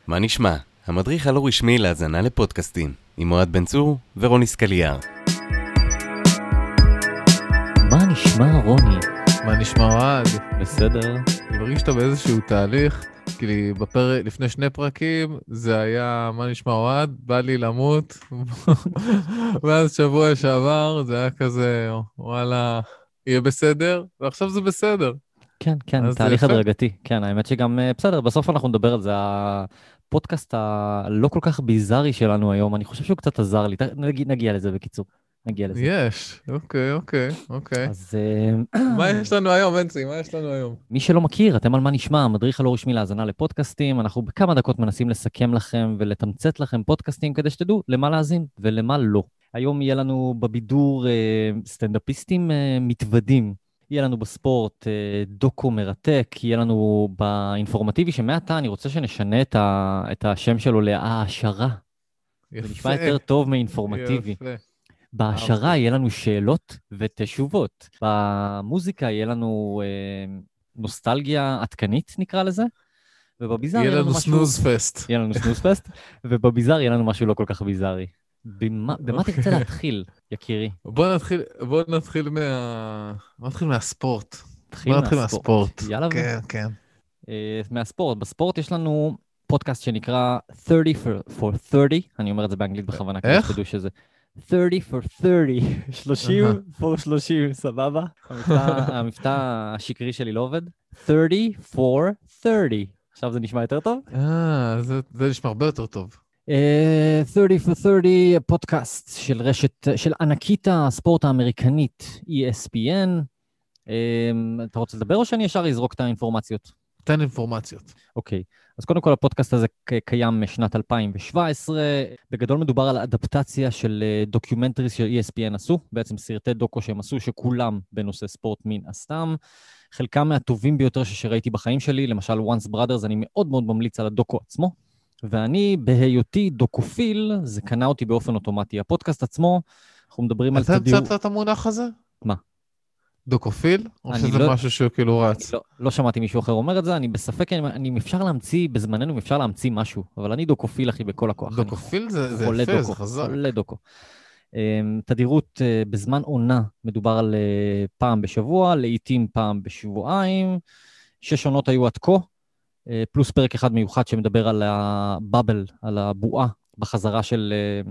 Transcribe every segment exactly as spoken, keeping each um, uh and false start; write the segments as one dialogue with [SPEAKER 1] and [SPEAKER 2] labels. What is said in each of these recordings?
[SPEAKER 1] מה נשמע? המדריך הלא רשמי להאזנה לפודקאסטים, עם אוהד בן צור ורוני סקליאר.
[SPEAKER 2] מה נשמע, רוני?
[SPEAKER 3] מה נשמע, אוהד?
[SPEAKER 2] בסדר.
[SPEAKER 3] אני מרגיש שאתה באיזשהו תהליך, כי בפרק, לפני שני פרקים זה היה מה נשמע, אוהד, בא לי למות, ואז שבוע שעבר זה היה כזה, וואלה, יהיה בסדר, ועכשיו זה בסדר.
[SPEAKER 2] כן, כן, תהליך הדרגתי. כן, האמת שגם בסדר, בסוף אנחנו נדבר על זה. הפודקאסט הלא כל כך ביזארי שלנו היום, אני חושב שהוא קצת עזר לי. נגיע, נגיע לזה בקיצור. נגיע לזה.
[SPEAKER 3] יש, אוקיי, אוקיי, אוקיי.
[SPEAKER 2] אז...
[SPEAKER 3] מה יש לנו היום, אנצי? מה יש לנו היום?
[SPEAKER 2] מי שלא מכיר, אתם על מה נשמע, המדריך הלא רשמי להאזנה לפודקאסטים. אנחנו בכמה דקות מנסים לסכם לכם ולתמצת לכם פודקאסטים כדי שתדעו למה להאזין ולמה לא. היום יהיה לנו בבידור סטנדאפיסטים מתוודים. יהיה לנו בספורט דוקו מרתק, יהיה לנו באינפורמטיבי שמעתה אני רוצה שנשנה את, ה, את השם שלו להעשרה. זה נשמע יותר טוב מאינפורמטיבי.
[SPEAKER 3] יפה.
[SPEAKER 2] בהעשרה יהיה לנו שאלות ותשובות. במוזיקה יהיה לנו אה, נוסטלגיה עדכנית, נקרא לזה. ובביזר יהיה לנו משהו...
[SPEAKER 3] יהיה לנו סנוז פסט.
[SPEAKER 2] יהיה לנו סנוז פסט, ובביזר יהיה לנו משהו לא כל כך ביזרי. במה, במה תרצה להתחיל, יקירי?
[SPEAKER 3] בוא נתחיל, בוא נתחיל מה... בוא נתחיל מהספורט.
[SPEAKER 2] בוא
[SPEAKER 3] נתחיל מהספורט.
[SPEAKER 2] יאללה.
[SPEAKER 3] כן, כן.
[SPEAKER 2] Uh, מהספורט. בספורט יש לנו פודקאסט שנקרא thirty for thirty, אני אומר את זה באנגלית בכוונה, כדי שתדעו שזה thirty for thirty, שלושים for שלושים, סבבה? המבטא, המבטא השקרי שלי לא עובד. thirty for thirty. עכשיו זה נשמע יותר טוב?
[SPEAKER 3] אה, זה, זה נשמע הרבה יותר טוב.
[SPEAKER 2] Uh, thirty for thirty, פודקאסט של רשת, של ענקית הספורט האמריקנית E S P N. Uh, אתה רוצה לדבר או שאני ישר אזרוק את האינפורמציות?
[SPEAKER 3] תן אינפורמציות.
[SPEAKER 2] אוקיי, אז קודם כל הפודקאסט הזה קיים משנת אלפיים שבע עשרה. בגדול מדובר על אדפטציה של דוקיומנטריס של E S P N עשו, בעצם סרטי דוקו שהם עשו שכולם בנושא ספורט מן הסתם. חלקם מהטובים ביותר שראיתי בחיים שלי, למשל Once Brothers, אני מאוד מאוד ממליץ על הדוקו עצמו. ואני בהיותי דוקופיל, זה קנה אותי באופן אוטומטי. הפודקאסט עצמו, אנחנו מדברים על
[SPEAKER 3] אתה
[SPEAKER 2] תדירות...
[SPEAKER 3] המצאת את המונח הזה?
[SPEAKER 2] מה?
[SPEAKER 3] דוקופיל? או שזה
[SPEAKER 2] לא,
[SPEAKER 3] משהו שהוא כאילו רץ?
[SPEAKER 2] לא, לא שמעתי מישהו אחר אומר את זה, אני בספק, אני, אני אפשר להמציא, בזמננו אפשר להמציא משהו, אבל אני דוקופיל אחי בכל הכוח.
[SPEAKER 3] דוקופיל זה, זה יפה,
[SPEAKER 2] דוקו,
[SPEAKER 3] זה חזק.
[SPEAKER 2] חולה דוקו. תדירות בזמן עונה מדובר על פעם בשבוע, לעתים פעם בשבועיים, שש עונות היו עד כה, פלוס פרק אחד מיוחד שמדבר על הבאבל, על הבועה בחזרה של,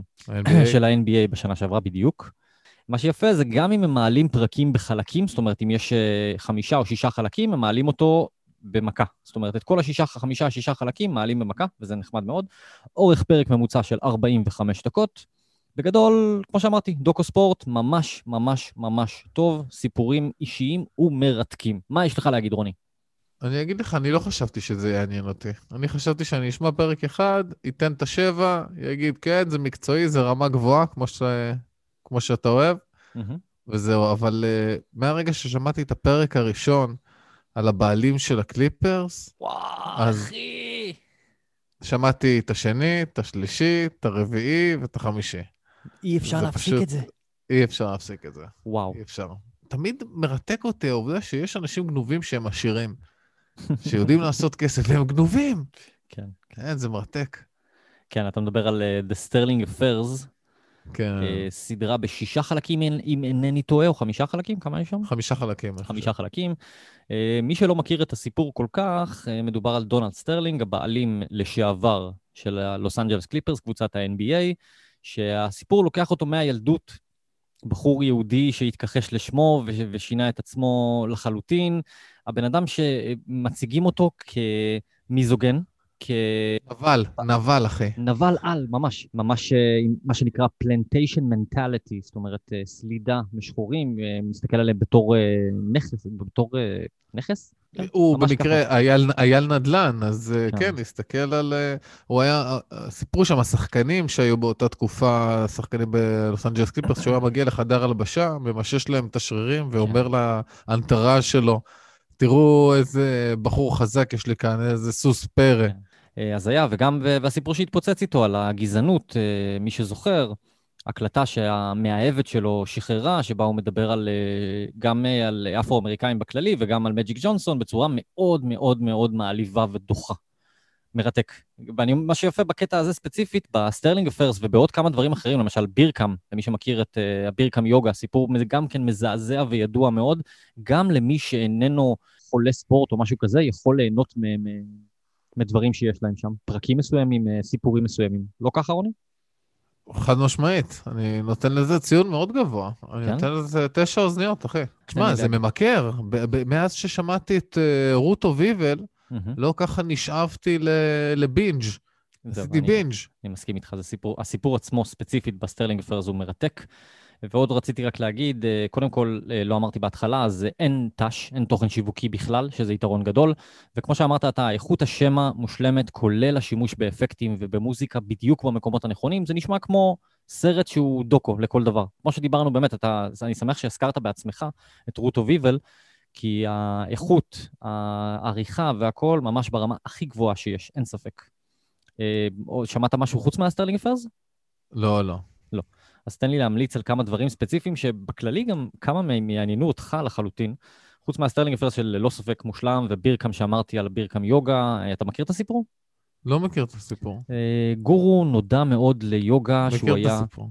[SPEAKER 2] של ה-N B A בשנה שעברה בדיוק. מה שיפה זה גם אם הם מעלים פרקים בחלקים, זאת אומרת, אם יש חמישה או שישה חלקים, הם מעלים אותו במכה. זאת אומרת, את כל השישה, חמישה, שישה חלקים מעלים במכה, וזה נחמד מאוד. אורך פרק ממוצע של ארבעים וחמש דקות. בגדול, כמו שאמרתי, דוקו ספורט ממש ממש ממש טוב, סיפורים אישיים ומרתקים. מה יש לך להגיד, רוני?
[SPEAKER 3] אני אגיד לך, אני לא חשבתי שזה יעניין אותי. אני חשבתי שאני אשמע פרק אחד, ייתן את השבע, יגיד, כן, זה מקצועי, זה רמה גבוהה, כמו ש... כמו שאתה אוהב, mm-hmm. וזהו, אבל uh, מהרגע ששמעתי את הפרק הראשון על הבעלים של הקליפרס,
[SPEAKER 2] וואו,
[SPEAKER 3] אז
[SPEAKER 2] אחי!
[SPEAKER 3] שמעתי את השני, את השלישי, את הרביעי ואת החמישי.
[SPEAKER 2] אי אפשר להפסיק
[SPEAKER 3] פשוט...
[SPEAKER 2] את זה.
[SPEAKER 3] אי אפשר להפסיק את זה.
[SPEAKER 2] וואו.
[SPEAKER 3] אי אפשר. תמיד מרתק אותי העובדה שיש אנשים גנובים שהם עשירים, שיודעים לעשות כסף, והם גנובים.
[SPEAKER 2] כן.
[SPEAKER 3] כן, זה מרתק.
[SPEAKER 2] כן, אתה מדבר על uh, The Sterling Affairs,
[SPEAKER 3] כן.
[SPEAKER 2] סדרה בשישה חלקים, אם אינני טועה, או חמישה חלקים, כמה יש שם?
[SPEAKER 3] חמישה חלקים.
[SPEAKER 2] חמישה חלקים. מי שלא מכיר את הסיפור כל כך, מדובר על דונלד סטרלינג, הבעלים לשעבר של הלוס אנג'לס קליפרס, קבוצת ה-N B A, שהסיפור לוקח אותו מהילדות, בחור יהודי שהתכחש לשמו ושינה את עצמו לחלוטין. הבן אדם שמציגים אותו כמיזוגן, כ...
[SPEAKER 3] נבל, נבל, אחי.
[SPEAKER 2] נבל על, ממש, ממש מה שנקרא plantation mentality, זאת אומרת, סלידה משחורים, מסתכל עליהם בתור נכס, בתור נכס?
[SPEAKER 3] הוא במקרה אייל נדל"ן, אז כן, נסתכל על... הוא היה, סיפרו שם השחקנים שהיו באותה תקופה, שחקנים בלוס אנג'לס קליפרס, שהוא היה מגיע לחדר הלבשה, ממשש להם את השרירים, ואומר לאנטראז' שלו, תראו איזה בחור חזק יש לי כאן, איזה סוס פרא.
[SPEAKER 2] אז היה, וגם, והסיפור שהתפוצץ איתו על הגזענות, מי שזוכר, הקלטה שהמאהבת שלו שחררה, שבה הוא מדבר על, גם על אפרו-אמריקאים בכללי, וגם על מג'יק ג'ונסון, בצורה מאוד מאוד מאוד מעליבה ודוחה. מרתק. ומה שיפה בקטע הזה ספציפית, בסטרלינג אפיירס ובעוד כמה דברים אחרים, למשל בירקאם, למי שמכיר את uh, הבירקאם יוגה, סיפור גם כן מזעזע וידוע מאוד, גם למי שאיננו חולה ספורט או משהו כזה, יכול ליהנות מדברים שיש להם שם, פרקים מסוימים, סיפורים מסוימים. לא ככה, רוני?
[SPEAKER 3] חד משמעית, אני נותן לזה ציון מאוד גבוה. אני נותן לזה תשע אוזניות, אחי. תשמע, זה ממכר. מאז ששמעתי את רות אוף איבל, לא ככה נשאבתי לבינג'. עשיתי בינג'.
[SPEAKER 2] אני מסכים איתך, הסיפור עצמו ספציפית בסטרלינג אפיירס הוא מרתק. ועוד רציתי רק להגיד, קודם כל, לא אמרתי בהתחלה, אז אין טאש, אין תוכן שיווקי בכלל, שזה יתרון גדול. וכמו שאמרת, אתה, איכות השמע מושלמת, כולל השימוש באפקטים ובמוזיקה בדיוק במקומות הנכונים. זה נשמע כמו סרט שהוא דוקו לכל דבר. כמו שדיברנו באמת, אתה, אני שמח שהזכרת בעצמך את רות אוף איבל, כי האיכות, העריכה והכל ממש ברמה הכי גבוהה שיש, אין ספק. שמעת משהו חוץ מהסטרלינג אפיירס?
[SPEAKER 3] לא, לא.
[SPEAKER 2] לא. אז תן לי להמליץ על כמה דברים ספציפיים שבכללי גם כמה מהם יעניינו אותך לחלוטין. חוץ מהסטרלינג אפיירס של ללא ספק מושלם ובירקאם שאמרתי על בירקאם יוגה. אתה מכיר את הסיפור?
[SPEAKER 3] לא מכיר את הסיפור.
[SPEAKER 2] גורו נודע מאוד ליוגה שהוא היה...
[SPEAKER 3] מכיר את הסיפור.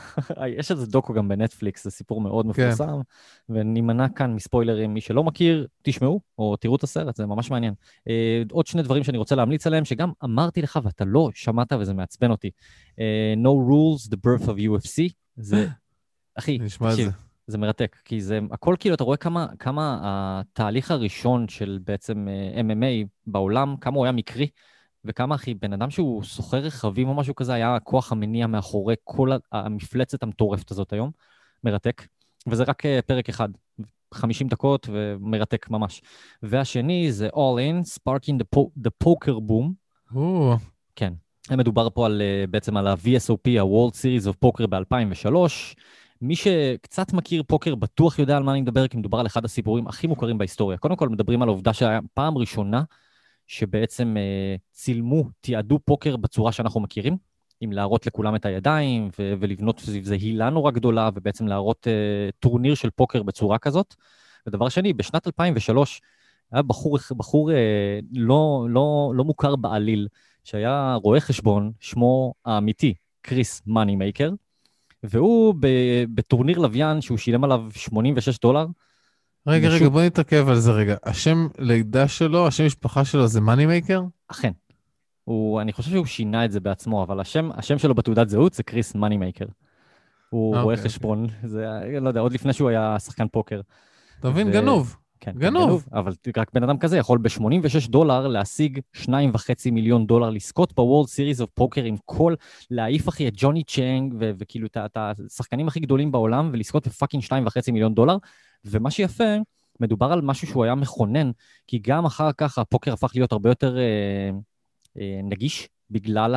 [SPEAKER 2] יש איזה דוקו גם בנטפליקס, זה סיפור מאוד מפורסם, ונמנע כאן מספוילרים, מי שלא מכיר, תשמעו, או תראו את הסרט, זה ממש מעניין. עוד שני דברים שאני רוצה להמליץ עליהם, שגם אמרתי לך ואתה לא שמעת וזה מעצבן אותי. No Rules, The Birth of יו אף סי, זה, אחי, תקשיב, זה מרתק, כי זה, הכל כאילו, אתה רואה כמה, כמה התהליך הראשון של בעצם אם אם איי בעולם, כמה הוא היה מקרי, וכמה, אחי, בן אדם שהוא סוחר רכבים או משהו כזה, היה הכוח המניע מאחורי כל המפלצת המטורפת הזאת היום, מרתק, וזה רק פרק אחד, חמישים דקות ומרתק ממש. והשני זה All In, Sparking the, po- the Poker Boom.
[SPEAKER 3] או.
[SPEAKER 2] כן, מדובר פה על, בעצם על ה-וי אס או פי, ה-World Series of Poker ב-אלפיים ושלוש. מי שקצת מכיר פוקר בטוח יודע על מה אני מדבר, כי מדובר על אחד הסיפורים הכי מוכרים בהיסטוריה. קודם כל מדברים על העובדה שהיה פעם ראשונה, שבעצם uh, צילמו, תיעדו פוקר בצורה שאנחנו מכירים, עם להראות לכולם את הידיים, ו- ולבנות סביב זה הילה נורא גדולה, ובעצם להראות uh, טורניר של פוקר בצורה כזאת. ודבר שני, בשנת אלפיים ושלוש, היה בחור, בחור uh, לא, לא, לא מוכר בעליל, שהיה רואה חשבון, שמו האמיתי, קריס מאני מייקר, והוא ב- בטורניר לוויין, שהוא שילם עליו שמונים ושש דולר,
[SPEAKER 3] רגע, רגע, בוא נתעכב על זה רגע. השם לידה שלו, השם משפחה שלו זה מאני מייקר?
[SPEAKER 2] אכן. הוא, אני חושב שהוא שינה את זה בעצמו, אבל השם, השם שלו בתעודת זהות זה קריס מאני מייקר. הוא רואה חשבון, זה, לא יודע, עוד לפני שהוא היה שחקן פוקר.
[SPEAKER 3] אתה מבין, גנוב.
[SPEAKER 2] כן,
[SPEAKER 3] גנוב.
[SPEAKER 2] גנוב. אבל רק בן אדם כזה יכול ב-שמונים ושש דולר להשיג שניים וחצי מיליון דולר, לזכות בוורלד סיריס אוף פוקר עם כל, להעיף אחי את ג'וני צ'אנג, ו- וכאילו את השחקנים הכי גדולים בעולם, ולזכות בפאקינג שניים וחצי מיליון דולר. ומה שיפה, מדובר על משהו שהוא היה מכונן, כי גם אחר כך הפוקר הפך להיות הרבה יותר אה, אה, נגיש, בגלל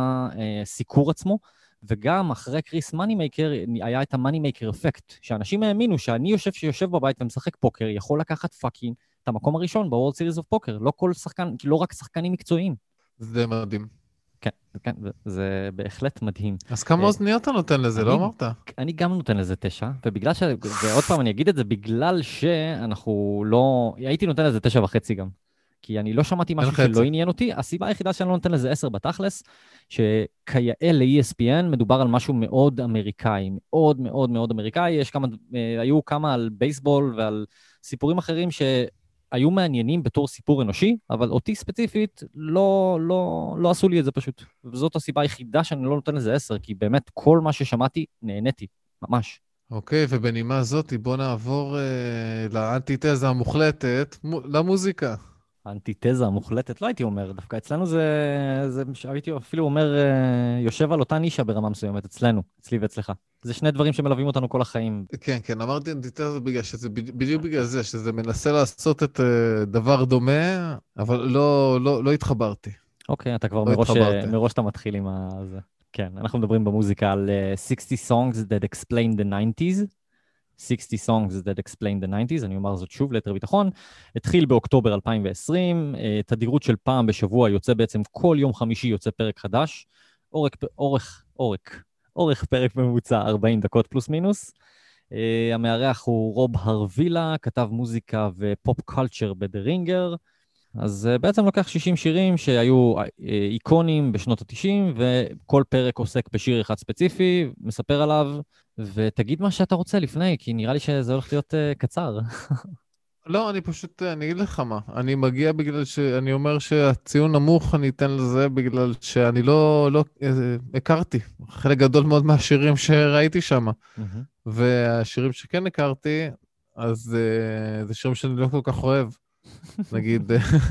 [SPEAKER 2] הסיקור עצמו, וגם אחרי קריס מאני מייקר, היה את המאני מייקר אפקט, שאנשים האמינו שאני יושב שיושב בבית ומשחק פוקר, יכול לקחת פאקינג את המקום הראשון בוורלד סיריס אוף פוקר, לא כל שחקן, לא רק שחקנים מקצועיים.
[SPEAKER 3] זה מדהים.
[SPEAKER 2] כן, כן, זה בהחלט מדהים.
[SPEAKER 3] אז כמה אוזניות אתה נותן לזה, לא אמרת?
[SPEAKER 2] אני גם נותן לזה תשע, ובגלל ש... ועוד פעם אני אגיד את זה, בגלל שאנחנו לא... הייתי נותן לזה תשע וחצי גם. כי אני לא שמעתי משהו שלא עניין אותי. הסיבה היחידה שאני לא נותן לזה עשר בתכלס, שכיאה ל-אי אס פי אן מדובר על משהו מאוד אמריקאי, מאוד מאוד מאוד אמריקאי. יש כמה... היו כמה על בייסבול ועל סיפורים אחרים ש... היו מעניינים בתור סיפור אנושי, אבל אותי ספציפית לא, לא, לא עשו לי את זה פשוט. וזאת הסיבה היחידה שאני לא נותן לזה עשר, כי באמת כל מה ששמעתי נהניתי, ממש.
[SPEAKER 3] אוקיי, ובנימה זאת בוא נעבור אה, לאנטיתזה המוחלטת, מו, למוזיקה.
[SPEAKER 2] האנטיתזה המוחלטת, לא הייתי אומר, דווקא אצלנו זה, זה הייתי אפילו אומר, אה, יושב על אותה נישה ברמה מסוימת, אצלנו, אצלי ואצלך. זה שני דברים שמלווים אותנו כל החיים.
[SPEAKER 3] כן, כן, אמרתי אנטיתזה בגלל שזה בדיוק בגלל זה, שזה מנסה לעשות את uh, דבר דומה, אבל לא, לא, לא התחברתי.
[SPEAKER 2] אוקיי, אתה כבר
[SPEAKER 3] לא
[SPEAKER 2] מראש, מראש אתה מתחיל עם זה. כן, אנחנו מדברים במוזיקה על uh, sixty songs that explain the nineties. sixty songs that explain the nineties, אני אומר זאת שוב ליתר ביטחון. התחיל באוקטובר אלפיים ועשרים, uh, תדירות של פעם בשבוע יוצא בעצם כל יום חמישי יוצא פרק חדש. אורך, אורך, אורך. אורך פרק ממוצע ארבעים דקות פלוס מינוס. Uh, המארח הוא רוב הרווילה, כתב מוזיקה ופופ קולצ'ר בדה רינגר. אז uh, בעצם לוקח שישים שירים שהיו uh, איקונים בשנות ה-תשעים, וכל פרק עוסק בשיר אחד ספציפי, מספר עליו, ותגיד מה שאתה רוצה לפני, כי נראה לי שזה הולך להיות uh, קצר.
[SPEAKER 3] לא, אני פשוט, אני אגיד לך מה, אני מגיע בגלל שאני אומר שהציון נמוך, אני אתן לזה בגלל שאני לא, לא, אה, הכרתי חלק גדול מאוד מהשירים שראיתי שם, והשירים שכן הכרתי, אז אה, זה שירים שאני לא כל כך אוהב. נגיד,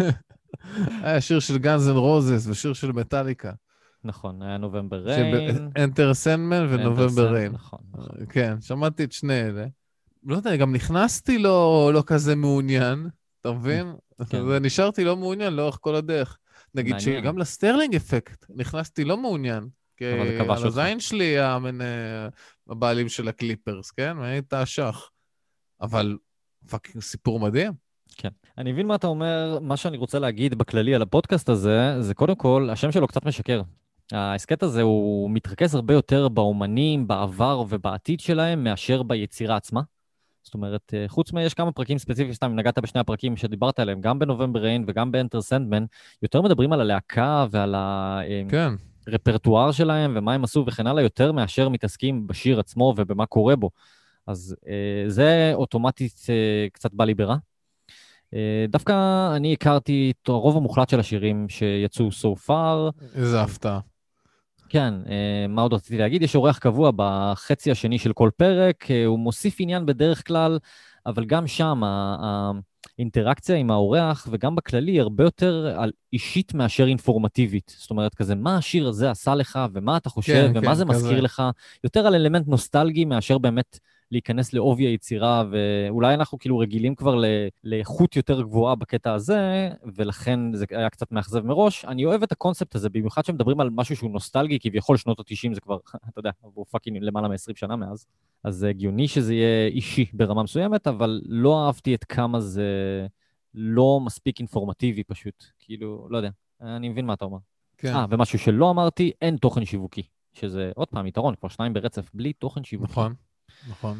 [SPEAKER 3] היה שיר של גאנז אנד רוזס ושיר של מטאליקה.
[SPEAKER 2] נכון, היה נובמבר ריין.
[SPEAKER 3] אנטר סנדמן ונובמבר ריין.
[SPEAKER 2] נכון, נכון.
[SPEAKER 3] כן, שמעתי את שני אלה. לא יודע, גם נכנסתי לא, לא כזה מעוניין, אתה מבין?
[SPEAKER 2] כן.
[SPEAKER 3] ונשארתי לא מעוניין לאורך כל הדרך. נגיד
[SPEAKER 2] מעניין.
[SPEAKER 3] שגם לסטרלינג אפקט נכנסתי לא מעוניין.
[SPEAKER 2] אבל זה כבש
[SPEAKER 3] על
[SPEAKER 2] אותך.
[SPEAKER 3] הזין שלי המנ... הבעלים של הקליפרס, כן? היית השח. אבל פאקינג סיפור מדהים.
[SPEAKER 2] כן. אני מבין מה אתה אומר, מה שאני רוצה להגיד בכללי על הפודקאסט הזה, זה קודם כל, השם שלו קצת משקר. העסקת הזה הוא מתרכז הרבה יותר באומנים, בעבר ובעתיד שלהם, מאשר ביצירה עצמה. זאת אומרת, חוץ מ... יש כמה פרקים ספציפיים, סתם, אם נגעת בשני הפרקים שדיברת עליהם, גם בנובמבר ריין וגם באנטר סנדמן, יותר מדברים על הלהקה ועל
[SPEAKER 3] כן.
[SPEAKER 2] הרפרטואר שלהם ומה הם עשו וכן הלאה, יותר מאשר מתעסקים בשיר עצמו ובמה קורה בו. אז זה אוטומטית קצת בא לי ברע. דווקא אני הכרתי את הרוב המוחלט של השירים שיצאו so far.
[SPEAKER 3] איזה הפתעה.
[SPEAKER 2] כן, מה עוד רציתי להגיד? יש אורח קבוע בחצי השני של כל פרק, הוא מוסיף עניין בדרך כלל, אבל גם שם האינטראקציה עם האורח וגם בכללי הרבה יותר אישית מאשר אינפורמטיבית. זאת אומרת, כזה, מה השיר הזה עשה לך ומה אתה חושב
[SPEAKER 3] כן,
[SPEAKER 2] ומה
[SPEAKER 3] כן,
[SPEAKER 2] זה
[SPEAKER 3] כזה.
[SPEAKER 2] מזכיר לך? יותר על אלמנט נוסטלגי מאשר באמת להיכנס לעובי היצירה, ואולי אנחנו כאילו רגילים כבר לאיכות יותר גבוהה בקטע הזה, ולכן זה היה קצת מאכזב מראש. אני אוהב את הקונספט הזה, במיוחד שמדברים על משהו שהוא נוסטלגי, כביכול שנות ה-תשעים זה כבר, אתה יודע, הוא פאקינג למעלה מ-עשרים שנה מאז. אז זה הגיוני שזה יהיה אישי ברמה מסוימת, אבל לא אהבתי את כמה זה לא מספיק אינפורמטיבי פשוט. כאילו, לא יודע, אני מבין מה אתה אומר.
[SPEAKER 3] כן.
[SPEAKER 2] אה, ומשהו שלא אמרתי, אין תוכן שיווקי, שזה עוד פעם יתרון, כבר שניים ברצף, בלי תוכן שיווקי.
[SPEAKER 3] נכון, נכון.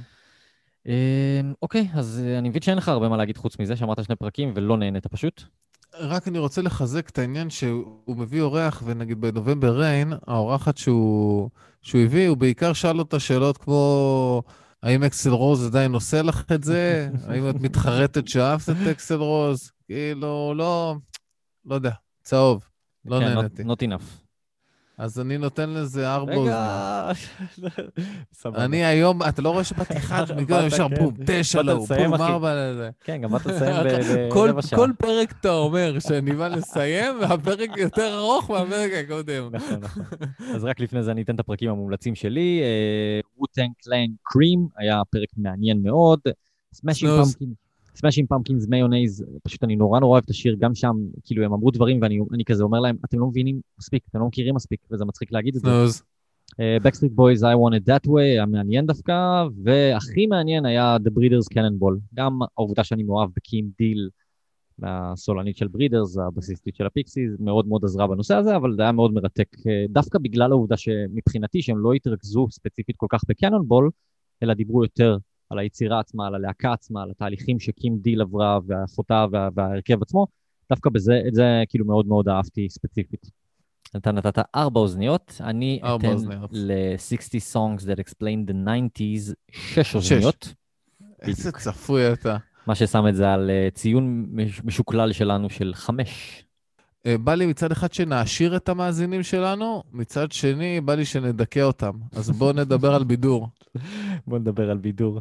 [SPEAKER 2] אוקיי, אז אני מבין שאין לך הרבה מה להגיד חוץ מזה, שאמרת שני פרקים ולא נהנית פשוט.
[SPEAKER 3] רק אני רוצה לחזק את העניין שהוא מביא אורח, ונגיד בנובמבר ריין, האורחת שהוא, שהוא הביא, הוא בעיקר שאל אותה שאלות כמו, האם אקסל רוז עדיין עושה לך את זה? האם את מתחרטת שאהבת את אקסל רוז? כאילו, לא, לא יודע, צהוב, לא
[SPEAKER 2] כן,
[SPEAKER 3] נהנתי.
[SPEAKER 2] not enough.
[SPEAKER 3] אז אני נותן לזה ארבע אוזניות.
[SPEAKER 2] רגע, סבבה.
[SPEAKER 3] אני היום, אתה לא רואה שבאתי אחד, מגלל ישר בום, תשע לו, בום, ארבע לזה.
[SPEAKER 2] כן, גם באת לסיים ברבע שעה.
[SPEAKER 3] כל פרק אתה אומר שאני בא לסיים, והפרק יותר ארוך מהפרק הקודם.
[SPEAKER 2] נכון, נכון. אז רק לפני זה אני אתן את הפרקים המומלצים שלי. ווטנג קלן קרים היה פרק מעניין מאוד. סמאשינג פמפקינס. סמאשינג פמפקינס מיונייז, פשוט אני נורא נורא אוהב את השיר, גם שם, כאילו הם אמרו דברים ואני כזה אומר להם, אתם לא מבינים מספיק, אתם לא מכירים מספיק, וזה מצחיק להגיד את זה. Backstreet Boys, I Want It That Way, היה מעניין דווקא, והכי מעניין היה The Breeders Cannonball, גם העובדה שאני מאוהב בקים דיל, הסולנית של ברידרס, הבסיסטית של הפיקסיס, מאוד מאוד עזרה בנושא הזה, אבל זה היה מאוד מרתק, דווקא בגלל העובדה שמבחינתי שהם לא התרכזו ספציפית כל כך בקנונבול, אלא דיברו יותר על היצירה עצמה, על הלהקה עצמה, על התהליכים שקים דיל עברה והאחותה וה, וההרכב עצמו, דווקא בזה, את זה כאילו מאוד מאוד אהבתי ספציפית. אתה נתת ארבע אוזניות, אני אתן ל-sixty songs that explain the nineties, שש אוזניות.
[SPEAKER 3] איזה צפוי אתה.
[SPEAKER 2] מה ששם את זה על ציון משוקלל שלנו של חמש.
[SPEAKER 3] בא לי מצד אחד שנעשיר את המאזינים שלנו, מצד שני בא לי שנדכא אותם. אז בואו נדבר על בידור.
[SPEAKER 2] בואו נדבר על בידור.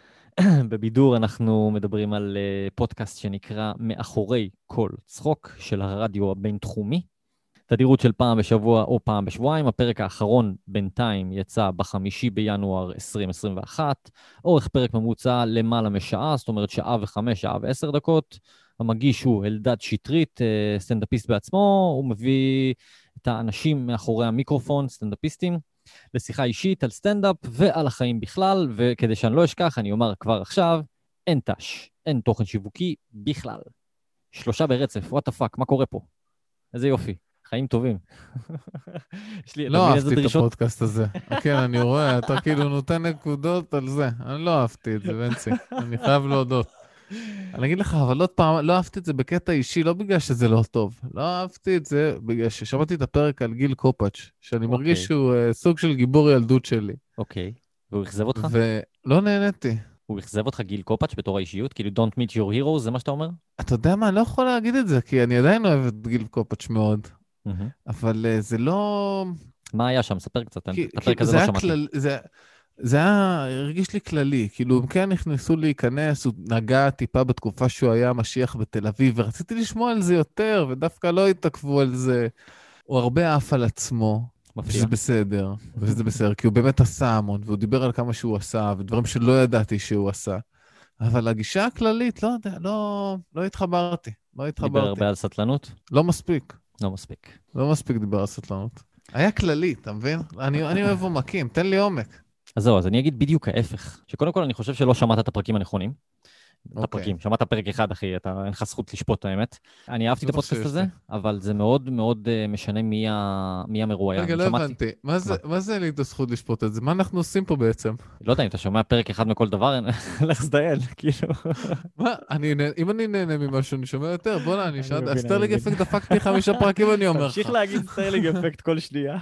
[SPEAKER 2] בבידור אנחנו מדברים על פודקאסט שנקרא מאחורי כל צחוק של הרדיו הבינתחומי. תדירות של פעם בשבוע או פעם בשבועיים. הפרק האחרון בינתיים יצא בחמישי בינואר עשרים עשרים ואחת. אורך פרק ממוצע למעלה משעה, זאת אומרת שעה וחמש, שעה ועשר דקות. המגיש הוא אלדד שטרית, סטנדאפיסט בעצמו. הוא מביא את האנשים מאחורי המיקרופון, סטנדאפיסטים, לשיחה אישית על סטנדאפ ועל החיים בכלל, וכדי שאני לא אשכח, אני אומר כבר עכשיו, אין תש, אין תוכן שיווקי בכלל. שלושה ברצף, what the fuck, מה קורה פה? איזה יופי, חיים טובים.
[SPEAKER 3] לא אהבתי את הפודקאסט הזה. כן, אני רואה, אתה כאילו נותן נקודות על זה. אני לא אהבתי את זה, בנצי. אני חייב להודות. אני אגיד לך, אבל עוד פעם, לא אהבתי את זה בקטע אישי, לא בגלל שזה לא טוב. לא אהבתי את זה בגלל ששמעתי את הפרק על גיל קופאץ', שאני מרגיש
[SPEAKER 2] אוקיי.
[SPEAKER 3] שהוא uh, סוג של גיבור ילדות שלי.
[SPEAKER 2] אוקיי. והוא אכזב אותך?
[SPEAKER 3] ולא נהניתי.
[SPEAKER 2] הוא אכזב אותך גיל קופאץ' בתור האישיות? כאילו, don't meet your heroes, זה מה שאתה אומר?
[SPEAKER 3] אתה יודע מה, אני לא יכול להגיד את זה, כי אני עדיין אוהב את גיל קופאץ' מאוד.
[SPEAKER 2] מהמם.
[SPEAKER 3] אבל uh, זה לא...
[SPEAKER 2] מה היה שם? ספר קצת.
[SPEAKER 3] כי,
[SPEAKER 2] את הפרק
[SPEAKER 3] כי
[SPEAKER 2] הזה
[SPEAKER 3] זה
[SPEAKER 2] לא
[SPEAKER 3] היה
[SPEAKER 2] שמעתי.
[SPEAKER 3] כלל... זה... זה היה, הרגיש לי כללי, כאילו, הם כן נכנסו להיכנס, הוא נגע טיפה בתקופה שהוא היה משיח בתל אביב, ורציתי לשמוע על זה יותר, ודווקא לא התעכבו על זה. הוא הרבה עף על עצמו,
[SPEAKER 2] מפתיע.
[SPEAKER 3] וזה בסדר, וזה בסדר, כי הוא באמת עשה המון, והוא דיבר על כמה שהוא עשה, ודברים שלא ידעתי שהוא עשה. אבל הגישה הכללית, לא יודע, לא, לא התחברתי, לא
[SPEAKER 2] דיבר
[SPEAKER 3] התחברתי.
[SPEAKER 2] הרבה על סטלנות?
[SPEAKER 3] לא מספיק,
[SPEAKER 2] לא מספיק.
[SPEAKER 3] לא מספיק דיבר על סטלנות. היה כללי, אתה מבין? אני, אני אוהב עומקים, תן לי עומק.
[SPEAKER 2] אז זהו, אז אני אגיד בדיוק ההפך. שקודם כל אני חושב שלא שמעת את הפרקים הנכונים. את
[SPEAKER 3] אוקיי.
[SPEAKER 2] הפרקים. שמעת פרק אחד, אחי, אתה, אין לך זכות לשפוט, האמת. אני אהבתי את
[SPEAKER 3] לא
[SPEAKER 2] הפודקאסט
[SPEAKER 3] שיש
[SPEAKER 2] הזה,
[SPEAKER 3] לי.
[SPEAKER 2] אבל זה מאוד מאוד uh, משנה מי, ה... מי המרואיין.
[SPEAKER 3] רגע,
[SPEAKER 2] אני
[SPEAKER 3] לא
[SPEAKER 2] שמעתי-
[SPEAKER 3] הבנתי. מה זה, מה זה אין לי את הזכות לשפוט את זה? מה אנחנו עושים פה בעצם?
[SPEAKER 2] לא יודע, אם אתה שומע פרק אחד מכל דבר, לך זדיין, כאילו.
[SPEAKER 3] מה? אני, נה- אם אני נהנה ממשהו, אני שומע יותר. בוא'נה, אני
[SPEAKER 2] אני
[SPEAKER 3] שאלת,
[SPEAKER 2] מבין,
[SPEAKER 3] הסטרלינג
[SPEAKER 2] אני מבין.
[SPEAKER 3] אפקט דפקתי חמישה פרקים, אני אומר לך.
[SPEAKER 2] תמשיך להגיד סטרלינג אפקט כל שנייה.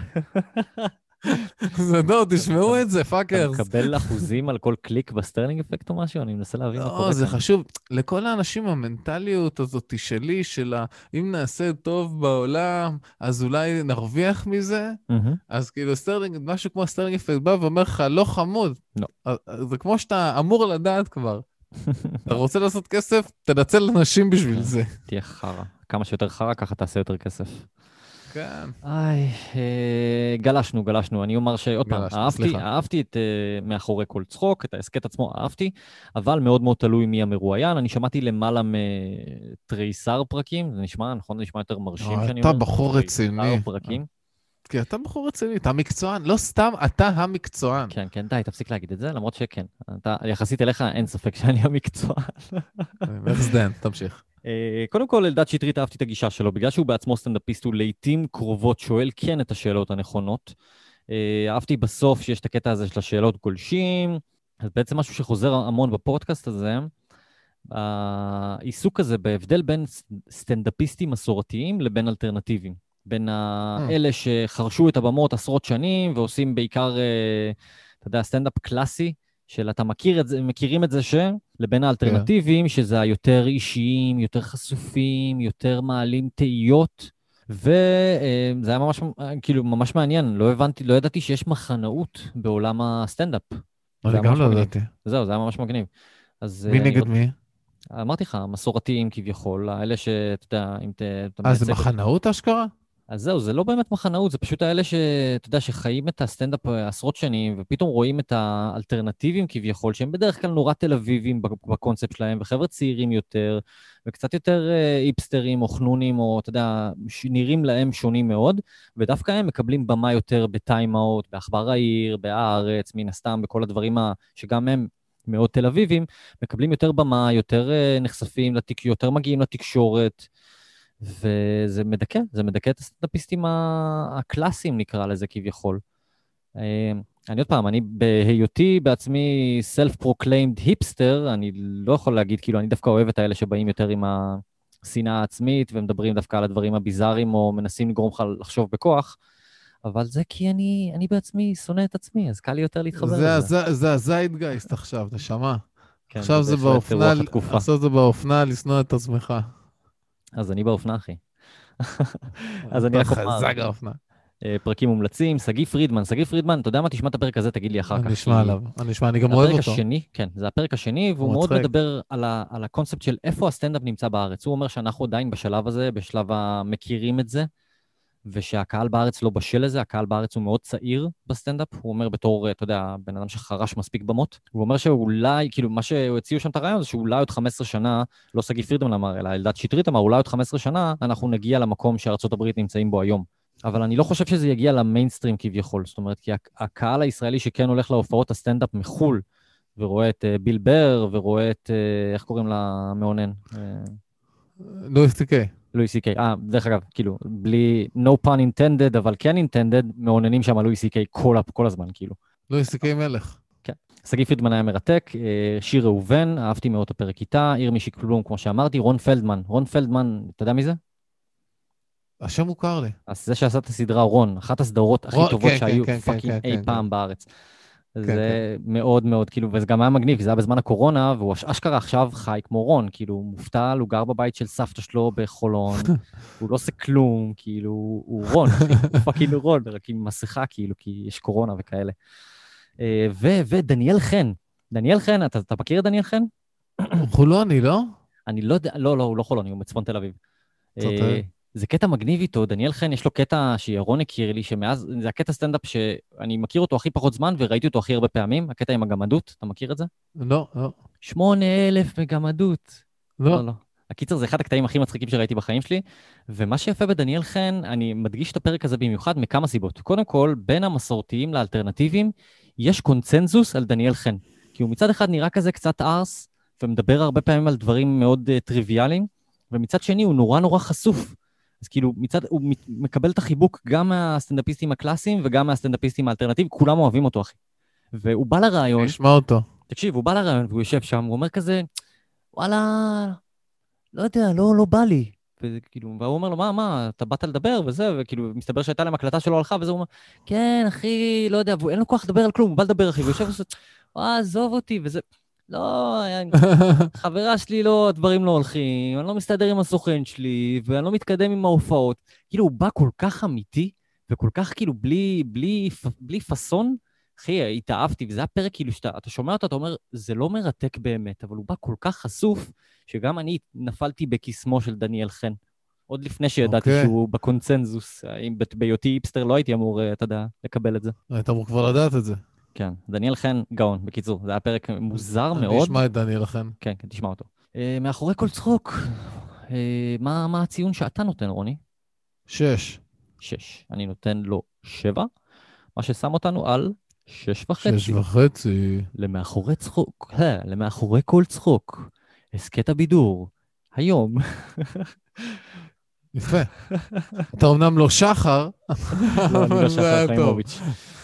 [SPEAKER 3] זה לא, תשמעו את זה,
[SPEAKER 2] אתה
[SPEAKER 3] פאקרס.
[SPEAKER 2] מקבל אחוזים על כל קליק בסטרלינג אפקט או משהו? אני מנסה להבין מה
[SPEAKER 3] לא,
[SPEAKER 2] קורה
[SPEAKER 3] זה
[SPEAKER 2] כאן.
[SPEAKER 3] חשוב. לכל האנשים המנטליות הזאת שלי, של ה- אם נעשה טוב בעולם, אז אולי נרוויח מזה.
[SPEAKER 2] מהמם.
[SPEAKER 3] אז כאילו סטרלינג, משהו כמו סטרלינג אפקט בא ואומר לך, לא חמוד.
[SPEAKER 2] לא.
[SPEAKER 3] אז- אז זה כמו שאתה אמור לדעת כבר. אתה רוצה לעשות כסף, תנצל אנשים בשביל זה.
[SPEAKER 2] תהיה חרא. כמה שיותר חרא, ככה תעשה יותר כסף.
[SPEAKER 3] כן.
[SPEAKER 2] איי, אה, גלשנו, גלשנו. אני אומר שעוד פעם,
[SPEAKER 3] גלשנו,
[SPEAKER 2] אהבתי,
[SPEAKER 3] סליחה.
[SPEAKER 2] אהבתי את אה, מאחורי כל צחוק, את ההסכת עצמו, אהבתי, אבל מאוד מאוד תלוי מי המרואיין. אני שמעתי למעלה מתריסר פרקים, זה נשמע, נכון? זה נשמע יותר מרשים
[SPEAKER 3] אה,
[SPEAKER 2] שאני
[SPEAKER 3] אתה
[SPEAKER 2] אומר.
[SPEAKER 3] בחור
[SPEAKER 2] תריסר
[SPEAKER 3] רציני.
[SPEAKER 2] פרקים.
[SPEAKER 3] כי אתה בחור רציני, אתה מקצוען. לא סתם, אתה המקצוען.
[SPEAKER 2] כן, כן, די, תפסיק להגיד את זה, למרות שכן. אתה, יחסית אליך, אין ספק שאני המקצוען.
[SPEAKER 3] איך זדן, תמשיך.
[SPEAKER 2] אה, קודם כל, אלדד שטרית אהבתי את הגישה שלו, בגלל שהוא בעצמו סטנדאפיסט, הוא לעיתים קרובות שואל כן את השאלות הנכונות. אה, אהבתי בסוף שיש את הקטע הזה של השאלות גולשים, אז בעצם משהו שחוזר המון בפודקאסט הזה, העיסוק הזה בהבדל בין סטנדאפיסטים מסורתיים לבין אלטרנטיביים. בין האלה שחרשו את הבמות עשרות שנים ועושים בעיקר, אה, אתה יודע, סטנדאפ קלאסי, של אתה מכיר את זה, מכירים את זה ש... לבין האלטרנטיביים, שזה היותר אישיים, יותר חשופים, יותר מעלים תהיות, וזה היה ממש, כאילו, ממש מעניין. לא הבנתי, לא ידעתי שיש מחנאות בעולם הסטנדאפ. זה
[SPEAKER 3] אני
[SPEAKER 2] היה
[SPEAKER 3] גם
[SPEAKER 2] ממש
[SPEAKER 3] לא
[SPEAKER 2] מגניב.
[SPEAKER 3] ידעתי.
[SPEAKER 2] זהו, זה היה ממש מגניב. אז,
[SPEAKER 3] מי
[SPEAKER 2] אה, אני
[SPEAKER 3] נגד
[SPEAKER 2] רוצ-
[SPEAKER 3] מי?
[SPEAKER 2] אמרתי לך, מסורתיים כביכול, האלה שאתה יודע, אם ת- אתה
[SPEAKER 3] אה, זה
[SPEAKER 2] מייצג...
[SPEAKER 3] מחנאות אשכרה?
[SPEAKER 2] אז זהו, זה לא באמת מחנאות, זה פשוט האלה שאתה יודע, שחיים את הסטנדאפ עשרות שנים, ופתאום רואים את האלטרנטיבים כביכול, שהם בדרך כלל נורא תל אביבים בקונספט שלהם, וחבר'ה צעירים יותר, וקצת יותר איפסטרים או חנונים, או אתה יודע, נראים להם שונים מאוד, ודווקא הם מקבלים במה יותר בטיים-אוט, בעכבר העיר, בהארץ, מן הסתם, בכל הדברים ה... שגם הם מאוד תל אביבים, מקבלים יותר במה, יותר נחשפים, לתק... יותר מגיעים לתקשורת, וזה מדכא, זה מדכא את הסטנדאפיסטים הקלאסיים, נקרא לזה כביכול. אני עוד פעם, אני בהיותי בעצמי self-proclaimed hipster, אני לא יכול להגיד, כאילו, אני דווקא אוהב את האלה שבאים יותר עם השנאה העצמית, ומדברים דווקא על הדברים הביזאריים, או מנסים לגרום לך לחשוב בכוח, אבל זה כי אני, אני בעצמי שונא את עצמי, אז קל לי יותר להתחבר
[SPEAKER 3] זה
[SPEAKER 2] לזה.
[SPEAKER 3] הז- זה הזיידגייסט עכשיו, נשמה.
[SPEAKER 2] כן,
[SPEAKER 3] עכשיו זה
[SPEAKER 2] בהחלט
[SPEAKER 3] באופנה,
[SPEAKER 2] רוח התקופה.
[SPEAKER 3] עכשיו זה באופנה לשנוא את עצמך.
[SPEAKER 2] אז אני באופנה, אחי. אז אני רק
[SPEAKER 3] אתה
[SPEAKER 2] אומר,
[SPEAKER 3] חזק האופנה.
[SPEAKER 2] אה, פרקים מומלצים, שגיא פרידמן, שגיא פרידמן, אתה יודע מה, תשמע את הפרק הזה, תגיד לי אחר כך.
[SPEAKER 3] אני אשמע
[SPEAKER 2] כי
[SPEAKER 3] עליו, אני אשמע, אני גם
[SPEAKER 2] זה
[SPEAKER 3] אוהב
[SPEAKER 2] הפרק
[SPEAKER 3] אותו.
[SPEAKER 2] השני, כן, זה הפרק השני, והוא
[SPEAKER 3] הוא
[SPEAKER 2] מאוד
[SPEAKER 3] מצחיק.
[SPEAKER 2] מדבר על, ה, על הקונספט של איפה הסטנדאפ נמצא בארץ. הוא אומר שאנחנו עדיין בשלב הזה, בשלב המכירים את זה, ושהקהל בארץ לא בשל לזה, הקהל בארץ הוא מאוד צעיר בסטנדאפ, הוא אומר בתור, אתה יודע, בן אדם שחרש מספיק במות, הוא אומר שאולי, כאילו, מה שהציעו שם את הרעיון זה שאולי עוד חמש עשרה שנה, לא שגיא פרידמן אמר, אלא אלדד שטרית אמר, אולי עוד חמש עשרה שנה אנחנו נגיע למקום שארצות הברית נמצאים בו היום. אבל אני לא חושב שזה יגיע למיינסטרים כביכול, זאת אומרת, כי הקהל הישראלי שכן הולך להופעות הסטנדאפ מחול, ורואה את ביל בר, ורואה את, איך קוראים לה, מעונן?
[SPEAKER 3] לואי סי קיי.
[SPEAKER 2] לואי סי קיי. אה, דרך אגב, כאילו, בלי no pun intended, אבל כן intended, מעוננים שם לואי סי קיי כל, כל הזמן, כאילו.
[SPEAKER 3] לואי סי קיי מלך.
[SPEAKER 2] כן. סגי פרידמן היה מרתק, שיר ראובן, אהבתי מאוד את הפרק איתה, ירמי שקלום, כמו שאמרתי, רון פלדמן. רון פלדמן, אתה יודע מי זה?
[SPEAKER 3] השם מוכר לי.
[SPEAKER 2] אז זה שעשה את הסדרה רון, אחת הסדרות הכי
[SPEAKER 3] רון,
[SPEAKER 2] טובות
[SPEAKER 3] כן,
[SPEAKER 2] שהיו
[SPEAKER 3] כן, כן,
[SPEAKER 2] פאקינג
[SPEAKER 3] כן,
[SPEAKER 2] אי
[SPEAKER 3] כן,
[SPEAKER 2] פעם
[SPEAKER 3] כן.
[SPEAKER 2] בארץ.
[SPEAKER 3] כן,
[SPEAKER 2] זה מאוד מאוד, כאילו, וזה גם היה מגניב, כי זה היה בזמן הקורונה, והוא אש- אשכרה עכשיו חי כמו רון, כאילו, הוא מובטל, הוא גר בבית של סבתא שלו בחולון, הוא לא עושה כלום, כאילו, הוא רון, אחי, הוא פאקינג רון, רק עם מסכה, כאילו, כי יש קורונה וכאלה. אה, ו- ודניאל חן, דניאל חן, אתה אתה מכיר את דניאל חן?
[SPEAKER 3] הוא חולוני, לא?
[SPEAKER 2] אני לא יודע, לא, לא, הוא לא חולוני, הוא מצפון תל אביב.
[SPEAKER 3] צודק.
[SPEAKER 2] אה, זה קטע מגניב איתו, דניאל חן, יש לו קטע שירון הכיר לי, שמאז, זה הקטע סטנדאפ שאני מכיר אותו הכי פחות זמן, וראיתי אותו הכי הרבה פעמים, הקטע עם הגמדות, אתה מכיר את זה?
[SPEAKER 3] לא, לא.
[SPEAKER 2] שמונה אלף מגמדות.
[SPEAKER 3] לא.
[SPEAKER 2] לא, לא. הקיצר, זה אחד הקטעים הכי מצחיקים שראיתי בחיים שלי, ומה שיפה בדניאל חן, אני מדגיש את הפרק הזה במיוחד מכמה סיבות. קודם כל, בין המסורתיים לאלטרנטיביים, יש קונצנזוס על דניאל חן, כי הוא מצד אחד נראה כזה קצת ארס, ומדבר הרבה פעמים על דברים מאוד uh, טריוויאליים, ומצד שני הוא נורא נורא חשוף. אז כאילו, מצד, הוא מקבל את החיבוק גם מהסטנדאפיסטים הקלאסיים וגם מהסטנדאפיסטים האלטרנטיביים, כולם אוהבים אותו, אחי. והוא בא לרעיון,
[SPEAKER 3] נשמע אותו.
[SPEAKER 2] תקשיב, הוא בא לרעיון והוא יושב שם, הוא אומר כזה, וואלה, לא יודע, לא, לא בא לי. וכאילו, והוא אומר לו, מה, מה, אתה באת לדבר וזה, וכאילו, מסתבר שהייתה להם הקלטה שלו הלכה, וזה הוא אומר, כן, אחי, לא יודע, ואין לו כוח לדבר על כלום, הוא בא לדבר, אחי, והוא יושב ועושה, וואה, עזוב אותי, וזה, לא, חברה שלי לא, הדברים לא הולכים, אני לא מסתדר עם הסוכן שלי, ואני לא מתקדם עם ההופעות. כאילו, הוא בא כל כך אמיתי, וכל כך כאילו בלי, בלי, בלי פסון, אחי, התאהבתי, וזה הפרק כאילו שאתה אתה שומע אותו, אתה אומר, זה לא מרתק באמת, אבל הוא בא כל כך חשוף, שגם אני נפלתי בקסמו של דניאל חן. עוד לפני שידעתי
[SPEAKER 3] אוקיי.
[SPEAKER 2] שהוא בקונצנזוס. אם בהיותי היפסטר לא הייתי אמור, אתה יודע, לקבל את זה.
[SPEAKER 3] היית אמור כבר לדעת את זה.
[SPEAKER 2] כן, דניאל חן גאון, בקיצור. זה היה פרק מוזר
[SPEAKER 3] אני
[SPEAKER 2] מאוד.
[SPEAKER 3] אשמע את דניאל חן.
[SPEAKER 2] כן, כן, תשמע אותו. אה, מאחורי כל צחוק, אה, מה, מה הציון שאתה נותן, רוני?
[SPEAKER 3] שש.
[SPEAKER 2] שש. אני נותן לו שבע, מה ששם אותנו על שש וחצי.
[SPEAKER 3] שש וחצי.
[SPEAKER 2] למאחורי צחוק, אה, למאחורי כל צחוק. הסקט הבידור, היום.
[SPEAKER 3] יפה. אתה אומנם לא שחר.
[SPEAKER 2] לא, אני לא
[SPEAKER 3] זה
[SPEAKER 2] שחר
[SPEAKER 3] היה טוב.
[SPEAKER 2] חיימוביץ'.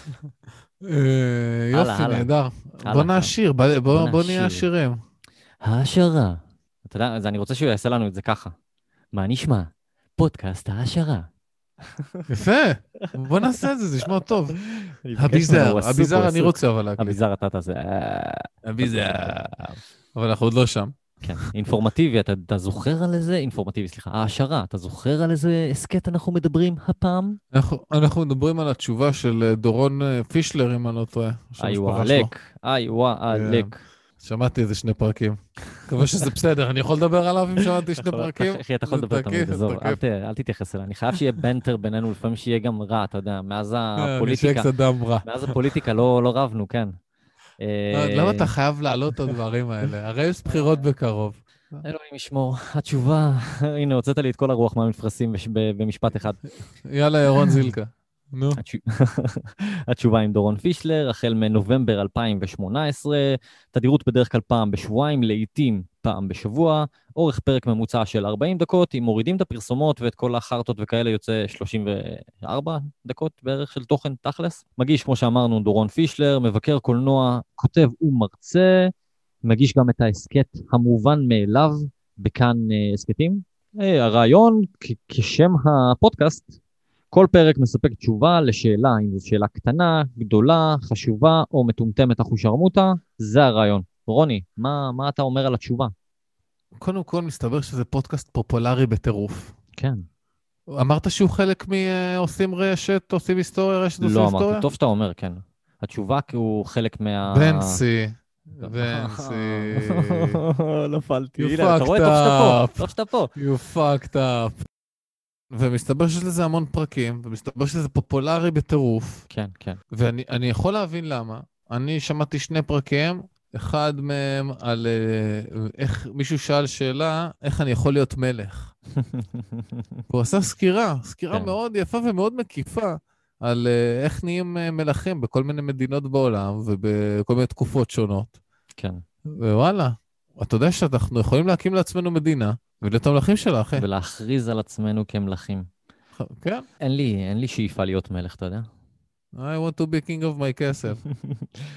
[SPEAKER 3] אה,
[SPEAKER 2] הלאה,
[SPEAKER 3] יופי,
[SPEAKER 2] הלאה.
[SPEAKER 3] נהדר.
[SPEAKER 2] הלאה.
[SPEAKER 3] בוא נעשיר, בוא- בוא בוא נהיה
[SPEAKER 2] נעשיר.
[SPEAKER 3] עשירים.
[SPEAKER 2] העשרה. אתה יודע, אז אני רוצה שהוא יעשה לנו את זה ככה. מה נשמע? פודקאסט העשרה.
[SPEAKER 3] יפה. בוא נעשה את זה, זה נשמע טוב.
[SPEAKER 2] אני מבקש ממנו,
[SPEAKER 3] הביזר,
[SPEAKER 2] הוא עסוק,
[SPEAKER 3] הביזר
[SPEAKER 2] הוא
[SPEAKER 3] אני
[SPEAKER 2] עסוק.
[SPEAKER 3] רוצה אבל להקליט.
[SPEAKER 2] הביזר אתה תעשה. אה,
[SPEAKER 3] הביזר. אבל אנחנו עוד לא שם.
[SPEAKER 2] כן, אינפורמטיבי, אתה, אתה זוכר על איזה, אינפורמטיבי, סליחה, העשרה, אתה זוכר על איזה הסקט אנחנו מדברים הפעם?
[SPEAKER 3] אנחנו, אנחנו מדברים על התשובה של אה, דורון אה, פישלר, אם אני לא טועה. של
[SPEAKER 2] איי
[SPEAKER 3] המשפחה שלו.
[SPEAKER 2] וואלק, איי וואלק.
[SPEAKER 3] שמעתי איזה שני פרקים. מקווה שזה בסדר, אני יכול לדבר עליו אם שמעתי שני פרקים?
[SPEAKER 2] אחי, אתה יכול
[SPEAKER 3] זה
[SPEAKER 2] לדבר
[SPEAKER 3] תקף,
[SPEAKER 2] תמיד, עזוב,
[SPEAKER 3] תקף.
[SPEAKER 2] אל ת- אל תתייחס אליי. אני חייב שיהיה בנטר בינינו, לפעמים שיהיה גם רע, אתה יודע, מאז
[SPEAKER 3] אה, אני
[SPEAKER 2] הפוליטיקה,
[SPEAKER 3] שקצת דם רע.
[SPEAKER 2] מאז הפוליטיקה לא לא רבנו, כן. אה,
[SPEAKER 3] למה אתה חייב להעלות את הדברים האלה? הרי יש בחירות בקרוב.
[SPEAKER 2] אלוהים ישמור, התשובה, הנה, הוצאת לי את כל הרוח מהמפרשים בש- ב- במשפט אחד.
[SPEAKER 3] יאללה, ירון זילקה. נו.
[SPEAKER 2] התשו- התשובה עם דורון פישלר, החל מנובמבר אלפיים שמונה עשרה, תדירות בדרך כלל פעם בשבועיים, לעתים פעם בשבוע, אורך פרק ממוצע של ארבעים דקות, אם מורידים את הפרסומות ואת כל החרטות וכאלה, יוצא שלושים וארבע דקות בערך של תוכן תכלס. מגיש, כמו שאמרנו, דורון פישלר, מבקר קולנוע, כותב ומרצה, מגיש גם את ההסקט המובן מאליו, בכאן אה, הסקטים. אה, הרעיון, כ- כשם הפודקאסט, כל פרק מספק תשובה לשאלה, אם זו שאלה קטנה, גדולה, חשובה או מטומטמת אחושרמוטה, זה הרעיון. רוני, מה, מה אתה אומר על התשובה?
[SPEAKER 3] קודם כל, מסתבר שזה פודקאסט פופולרי בטירוף.
[SPEAKER 2] כן.
[SPEAKER 3] אמרת שהוא חלק מעושים רשת, עושים היסטוריה, רשת עושים
[SPEAKER 2] לא
[SPEAKER 3] היסטוריה?
[SPEAKER 2] אמרתי, טוב שאתה אומר, כן. התשובה כי הוא חלק מה...
[SPEAKER 3] בנסי. בנסי.
[SPEAKER 2] נפלתי.
[SPEAKER 3] You
[SPEAKER 2] הנה, אתה רואה? טוב
[SPEAKER 3] fucked
[SPEAKER 2] שאתה פה.
[SPEAKER 3] up.
[SPEAKER 2] טוב שאתה פה.
[SPEAKER 3] You fucked up. ומסתבר שיש לזה המון פרקים, ומסתבר שזה פופולרי בטירוף,
[SPEAKER 2] כן, כן.
[SPEAKER 3] ואני אני יכול להבין למה. אני שמעתי שני פרקים, אחד מהם על אה, איך מישהו שאל שאלה, איך אני יכול להיות מלך. הוא עשה סקירה, סקירה
[SPEAKER 2] כן.
[SPEAKER 3] מאוד יפה ומאוד מקיפה, על אה, איך נהיים אה, מלכים בכל מיני מדינות בעולם, ובכל מיני תקופות שונות.
[SPEAKER 2] כן.
[SPEAKER 3] ווואלה, אתה יודע שאנחנו יכולים להקים לעצמנו מדינה, ולהיות המלכים שלה, אחי.
[SPEAKER 2] ולהכריז על עצמנו כמלכים.
[SPEAKER 3] כן.
[SPEAKER 2] אין לי, אין לי שאיפה להיות מלך, אתה יודע?
[SPEAKER 3] I want to be king of my castle.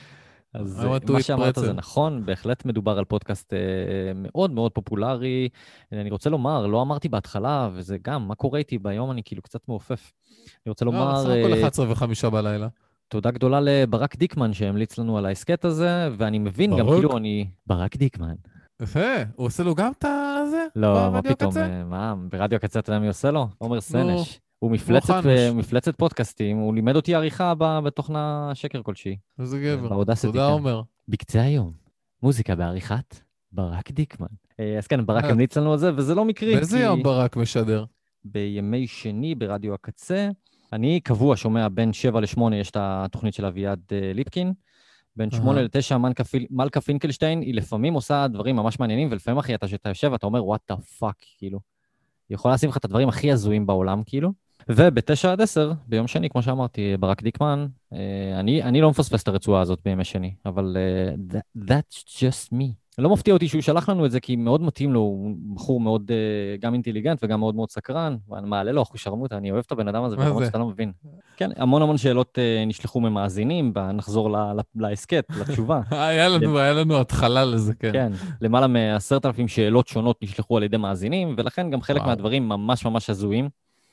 [SPEAKER 2] אז
[SPEAKER 3] I want to
[SPEAKER 2] מה
[SPEAKER 3] eat
[SPEAKER 2] שאמרת
[SPEAKER 3] pretzel.
[SPEAKER 2] זה נכון, בהחלט מדובר על פודקאסט אה, מאוד מאוד פופולרי. אני רוצה לומר, לא אמרתי בהתחלה, וזה גם, מה קורה איתי ביום, אני כאילו קצת מעופף. אני רוצה
[SPEAKER 3] לא,
[SPEAKER 2] לומר,
[SPEAKER 3] סך הכל
[SPEAKER 2] אה,
[SPEAKER 3] אחת עשרה וחמש בלילה.
[SPEAKER 2] תודה גדולה לברק דיקמן שהמליץ לנו על ההסקט הזה, ואני מבין גם
[SPEAKER 3] ברק?
[SPEAKER 2] כאילו אני... ברק דיקמן.
[SPEAKER 3] יפה, הוא עושה לו גם את זה?
[SPEAKER 2] לא, מה
[SPEAKER 3] ברדיו
[SPEAKER 2] פתאום,
[SPEAKER 3] הקצה?
[SPEAKER 2] אה, מה, ברדיו הקצה אתה יודע מי עושה לו? עומר
[SPEAKER 3] נו,
[SPEAKER 2] סנש. הוא
[SPEAKER 3] כמו
[SPEAKER 2] מפלצת,
[SPEAKER 3] חנוש.
[SPEAKER 2] מפלצת פודקאסטים, הוא לימד אותי עריכה ב- בתוכנה שקר כלשהי.
[SPEAKER 3] איזה גבר.
[SPEAKER 2] באודסיטי,
[SPEAKER 3] תודה,
[SPEAKER 2] כן.
[SPEAKER 3] עומר.
[SPEAKER 2] בקצה היום, מוזיקה בעריכת ברק דיקמן. אה, אז כן, ברק
[SPEAKER 3] אה,
[SPEAKER 2] המליץ לנו על זה, וזה לא מקרי,
[SPEAKER 3] באיזה יום ברק משדר?
[SPEAKER 2] בימי שני ברדיו הקצה, אני קבוע שומע בין שבע לשמונה, יש את התוכנית של אביעד אה, ליפקין, בין שמונה
[SPEAKER 3] אהה.
[SPEAKER 2] לתשע, מלכה פיל- מלכה פינקלשטיין, היא לפעמים עושה דברים ממש מעניינים, ולפעמים, אחי, אתה שאתה יושב, אתה אומר, what the fuck, כאילו. היא יכולה לשים לך את הדברים הכי הזויים בעולם, כאילו. ובתשע עד עשר, ביום שני, כמו שאמרתי, ברק דיקמן, אה, אני, אני לא מפספס את הרצועה הזאת בימי שני, אבל אה, that, that's just me. לא מפתיע אותי שהוא שלח לנו את זה, כי מאוד מתאים לו, הוא בחור מאוד אה, גם אינטליגנט וגם מאוד מאוד סקרן, ואני מעלה לו אחוז שרמוטה, אני אוהב את הבן אדם הזה,
[SPEAKER 3] מה
[SPEAKER 2] ברמות
[SPEAKER 3] זה?
[SPEAKER 2] שאתה לא מבין. כן, המון המון שאלות אה, נשלחו ממאזינים, ונחזור ל- ל- להסקט, לתשובה.
[SPEAKER 3] היה לנו, היה לנו התחלה לזה, כן.
[SPEAKER 2] כן, למעלה מעשרת אלפים שאלות שונות נשלחו על ידי מאזינים, ולכן גם חלק
[SPEAKER 3] וואו.
[SPEAKER 2] מהדברים ממש ממש הזויים,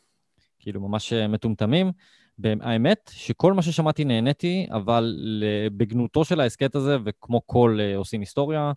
[SPEAKER 2] כאילו ממש אה, מטומטמים. האמת שכל מה ששמעתי נהניתי, אבל ל- בגנותו של ההסקט הזה, וכמו כל אה, עושים היסטוריה,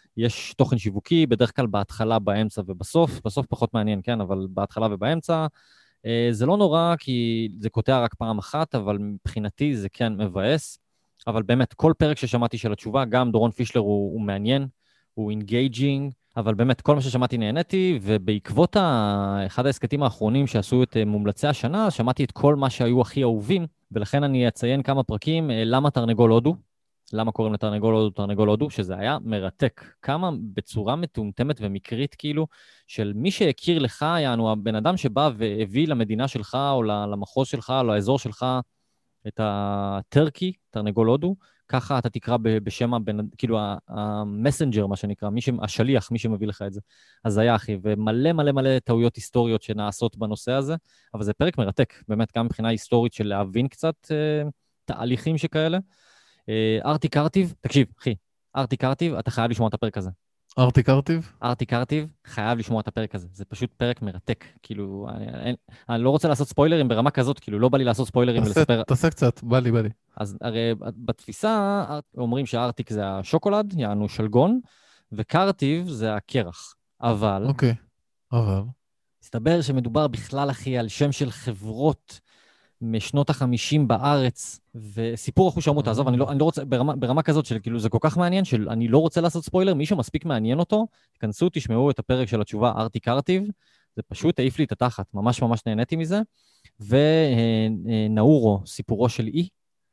[SPEAKER 2] יש תוכן שיווקי, בדרך כלל בהתחלה, באמצע ובסוף, בסוף פחות מעניין, כן, אבל בהתחלה ובאמצע. אה, זה לא נורא, כי זה קוטע רק פעם אחת, אבל מבחינתי זה כן מבאס. אבל באמת, כל פרק ששמעתי של התשובה, גם דורון פישלר הוא, הוא מעניין, הוא אינגייג'ינג, אבל באמת, כל מה ששמעתי נהניתי, ובעקבות ה... אחד ההסקטים האחרונים שעשו את אה, מומלצי השנה, שמעתי את כל מה שהיו הכי אהובים, ולכן אני אציין כמה פרקים, אה, למה תרנגול הודו, למה קוראים לתרנגול הודו תרנגול הודו, שזה היה מרתק. כמה בצורה מטומטמת ומקרית, כאילו, של מי שהכיר לך, יענו, הבן אדם שבא והביא למדינה שלך, או למחוז שלך, או לאזור שלך, את הטרקי, תרנגול הודו, ככה אתה תקרא ב- בשם הבן, כאילו המסנג'ר, מה שנקרא, מי ש... השליח, מי שמביא לך את זה. אז היה, אחי, ומלא מלא מלא טעויות היסטוריות שנעשות בנושא הזה, אבל זה פרק מרתק, באמת, גם מבחינה היסטורית של להבין קצת אה, תהליכים שכאלה. אה, ארטיק ארטיב, תקשיב, אחי, ארטיק ארטיב, אתה חייב לשמוע את הפרק הזה.
[SPEAKER 3] ארטיק ארטיב?
[SPEAKER 2] ארטיק ארטיב, חייב לשמוע את הפרק הזה. זה פשוט פרק מרתק. כאילו, אני, אני, אני לא רוצה לעשות ספוילרים ברמה כזאת, כאילו, לא בא לי לעשות ספוילרים
[SPEAKER 3] תעשה-
[SPEAKER 2] ולספר...
[SPEAKER 3] תעשה קצת, בא לי, בא לי.
[SPEAKER 2] אז הרי בתפיסה אומרים שהארטיק זה השוקולד, יענו שלגון, וקרטיב זה הקרח. אבל,
[SPEAKER 3] אוקיי, אבל...
[SPEAKER 2] מסתבר שמדובר בכלל, אחי, על שם של חברות משנות החמישים בארץ, וסיפור אחוז שרמוטה, עזוב, אני לא, אני לא רוצה, ברמה, ברמה כזאת של, כאילו, זה כל כך מעניין, שאני לא רוצה לעשות ספוילר, מישהו מספיק מעניין אותו, תכנסו, תשמעו את הפרק של התשובה ארטיק ארטיב, זה פשוט העיף לי את התחת, ממש ממש נהניתי מזה, ונאורו, סיפורו של אי,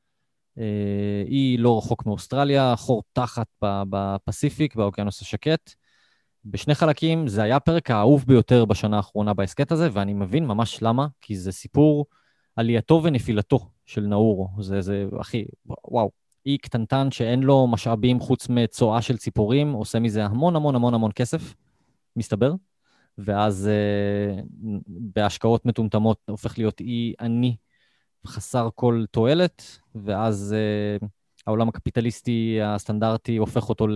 [SPEAKER 2] אי לא רחוק מאוסטרליה, חור תחת בפסיפיק, באוקיינוס השקט, בשני חלקים, זה היה הפרק האהוב ביותר בשנה האחרונה בהסקט הזה, ואני מבין ממש למה, כי זה סיפור עלייתו ונפילתו של נאורו. זה, זה, אחי, וואו. אי קטנטן שאין לו משאבים חוץ מצואה של ציפורים, עושה מזה המון המון המון המון כסף, מסתבר, ואז אה, בהשקעות מטומטמות הופך להיות אי עני, חסר כל תועלת, ואז אה, העולם הקפיטליסטי הסטנדרטי הופך אותו ל...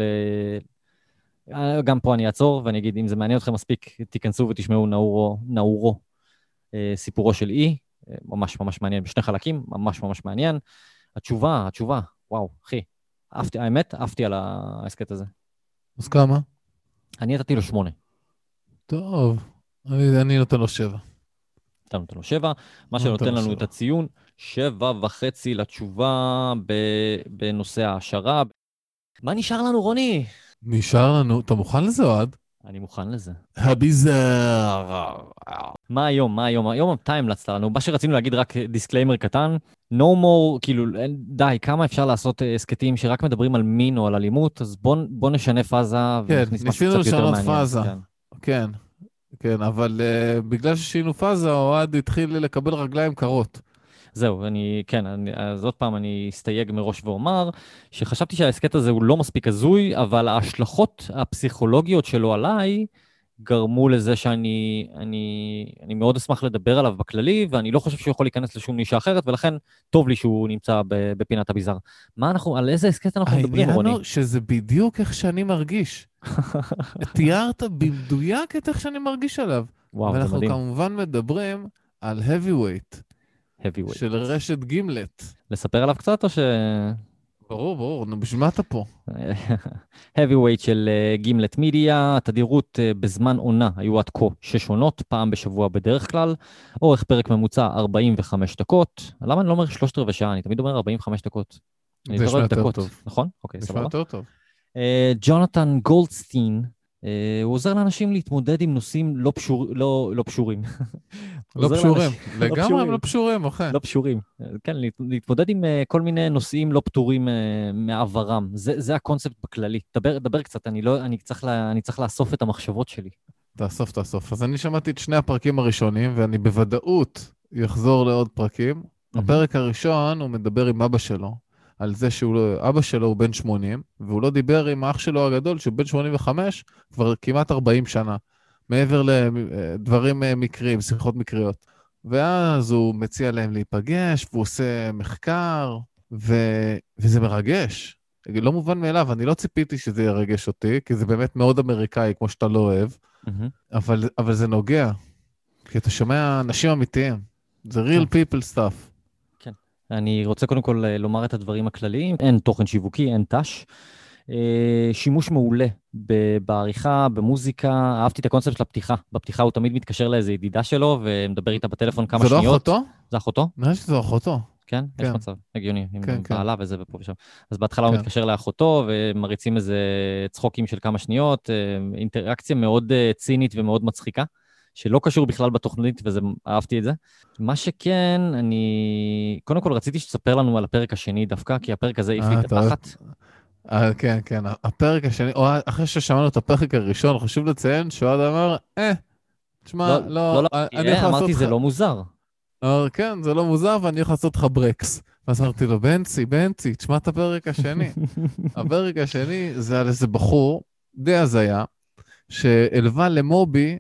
[SPEAKER 2] גם פה אני אעצור ואני אגיד, אם זה מעניין אתכם מספיק, תיכנסו ותשמעו נאורו, נאורו, אה, סיפורו של אי, אה, ממש ממש מעניין, בשני חלקים, ממש ממש מעניין. התשובה, התשובה, וואו, אחי, אהבתי, האמת, אהבתי על ההסקט הזה.
[SPEAKER 3] אז כמה?
[SPEAKER 2] אני נתתי לו שמונה.
[SPEAKER 3] טוב, אני, אני נותן לו שבע.
[SPEAKER 2] אתה נותן לו שבע, מה
[SPEAKER 3] נותן
[SPEAKER 2] שנותן
[SPEAKER 3] לו
[SPEAKER 2] לנו
[SPEAKER 3] שבע.
[SPEAKER 2] את הציון, שבע וחצי לתשובה בנושא ההשערה. מה נשאר לנו, רוני?
[SPEAKER 3] נשאר לנו, אתה מוכן לזה, אוהד?
[SPEAKER 2] אני מוכן לזה.
[SPEAKER 3] הביזר.
[SPEAKER 2] מה היום? מה היום? היום אתה המלצת לנו. מה שרצינו להגיד, רק דיסקליימר קטן, no more, כאילו, די, כמה אפשר לעשות הסקטים שרק מדברים על מין או על אלימות, אז בוא, בוא נשנה פאזה
[SPEAKER 3] כן,
[SPEAKER 2] ונכניס משהו
[SPEAKER 3] ניסינו
[SPEAKER 2] קצת יותר
[SPEAKER 3] לשנות
[SPEAKER 2] מעניין.
[SPEAKER 3] פאזה.
[SPEAKER 2] כן.
[SPEAKER 3] כן, כן, אבל uh, בגלל ששינו פאזה, אוהד התחיל לקבל רגליים קרות.
[SPEAKER 2] זהו, אני, כן, אני, אז עוד פעם אני אסתייג מראש ואומר, שחשבתי שההסקט הזה הוא לא מספיק הזוי, אבל ההשלכות הפסיכולוגיות שלו עליי, גרמו לזה שאני אני, אני מאוד אשמח לדבר עליו בכללי, ואני לא חושב שהוא יכול להיכנס לשום נישה אחרת, ולכן טוב לי שהוא נמצא בפינת הביזר. מה אנחנו, על איזה הסקט אנחנו מדברים, רוני?
[SPEAKER 3] העניין הוא שזה בדיוק איך שאני מרגיש. תיארת במדויק את איך שאני מרגיש עליו.
[SPEAKER 2] וואו, זה מדהים.
[SPEAKER 3] ואנחנו כמובן מדברים על heavyweight,
[SPEAKER 2] heavyweight.
[SPEAKER 3] של רשת גימלט.
[SPEAKER 2] לספר עליו קצת או ש...
[SPEAKER 3] ברור, ברור, נו, בשביל מה אתה פה?
[SPEAKER 2] heavyweight של גימלט מידיה, התדירות בזמן עונה היו עד כה שש עונות, פעם בשבוע בדרך כלל, אורך פרק ממוצע ארבעים וחמש דקות. למה אני לא אומר שלושת רבעי שעה? אני תמיד אומר ארבעים וחמש דקות.
[SPEAKER 3] זה נשמע יותר טוב.
[SPEAKER 2] נכון? אוקיי, סבבה.
[SPEAKER 3] נשמע יותר טוב.
[SPEAKER 2] ג'ונתן גולדסטיין, הוא עוזר לאנשים להתמודד עם נושאים לא פשור, לא, לא פשורים.
[SPEAKER 3] לא פשורים, לגמרי הם לא פשורים, אחי.
[SPEAKER 2] לא פשורים, כן, להתמודד עם כל מיני נושאים לא פתורים מעברם. זה, זה הקונספט בכללי. דבר, דבר קצת, אני לא, אני צריך לה, אני צריך לאסוף את המחשבות שלי.
[SPEAKER 3] תאסוף, תאסוף. אז אני שמעתי את שני הפרקים הראשונים, ואני בוודאות יחזור לעוד פרקים. הפרק הראשון, הוא מדבר עם אבא שלו, על זה שאבא שלו הוא בן שמונים, והוא לא דיבר עם האח שלו הגדול, שהוא בן שמונים וחמש, כבר כמעט ארבעים שנה, מעבר לדברים מקריים, שיחות מקריות. ואז הוא מציע להם להיפגש, והוא עושה מחקר, ו... וזה מרגש. לא מובן מאליו, אני לא ציפיתי שזה ירגש אותי, כי זה באמת מאוד אמריקאי, כמו שאתה לא אוהב, mm-hmm. אבל, אבל זה נוגע, כי אתה שומע אנשים אמיתיים. זה real people stuff.
[SPEAKER 2] אני רוצה קודם כל לומר את הדברים הכלליים. אין תוכן שיווקי, אין תש. שימוש מעולה בעריכה, במוזיקה. אהבתי את הקונספט של הפתיחה. בפתיחה הוא תמיד מתקשר לאיזו ידידה שלו, ומדבר איתה בטלפון כמה שניות.
[SPEAKER 3] זה לא אחותו?
[SPEAKER 2] זה אחותו?
[SPEAKER 3] נראה שזה אחותו.
[SPEAKER 2] כן?
[SPEAKER 3] כן.
[SPEAKER 2] יש מצב, הגיוני, עם
[SPEAKER 3] כן,
[SPEAKER 2] בעלה
[SPEAKER 3] כן.
[SPEAKER 2] וזה ופה ושם. אז בהתחלה כן. הוא מתקשר לאחותו, ומריצים איזה צחוקים של כמה שניות, אינטראקציה מאוד צינית ומאוד מצחיקה. שלא קשור בכלל בתוכנית, וזה, אהבתי את זה. מה שכן, אני... קודם כל רציתי שתספר לנו על הפרק השני דווקא, כי הפרק הזה העיף לי את התחת.
[SPEAKER 3] כן, כן, הפרק השני, או אחרי ששמענו את הפרק הראשון, חשוב לציין שאוהד אמר, אה, תשמע, לא...
[SPEAKER 2] לא, לא, אמרתי, זה לא מוזר.
[SPEAKER 3] כן, זה לא מוזר, ואני יכול לעשות לך ברקס. ואז אמרתי לו, בנצי, בנצי, תשמע את הפרק השני. הפרק השני זה על איזה בחור, די הזיה, שהלווה למובי,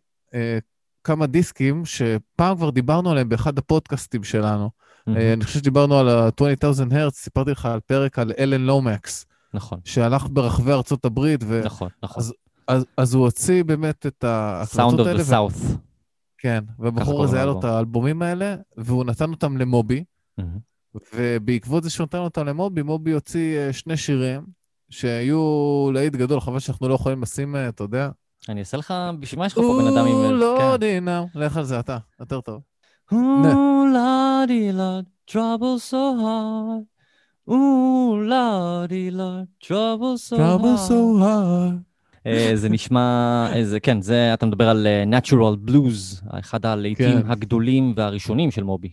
[SPEAKER 3] כמה דיסקים שפעם כבר דיברנו עליהם באחד הפודקאסטים שלנו. אני חושב שדיברנו על ה-עשרים אלף הרץ, סיפרתי לך על פרק על אלן לומקס.
[SPEAKER 2] נכון.
[SPEAKER 3] שהלך ברחבי ארצות הברית.
[SPEAKER 2] נכון, נכון.
[SPEAKER 3] אז הוא הוציא באמת את ההקלטות האלה.
[SPEAKER 2] Sound of the South.
[SPEAKER 3] כן, והבחור הזה היה לו את האלבומים האלה, והוא נתן אותם למובי, ובעקבות זה שהוא נתן אותם למובי, מובי הוציא שני שירים, שהיו להיט גדול, חבל שאנחנו לא יכולים לשים, אתה יודע,
[SPEAKER 2] אני אעשה לך, בשביל מה יש לך פה בן אדם עם...
[SPEAKER 3] או לא דינאו, לך על זה, אתה, יותר טוב.
[SPEAKER 2] או לא דינאו, trouble so hard. או לא דינאו, trouble so hard.
[SPEAKER 3] trouble so hard.
[SPEAKER 2] זה נשמע, כן, זה, אתה מדבר על Natural Blues, אחד הלהיטים הגדולים והראשונים של מובי.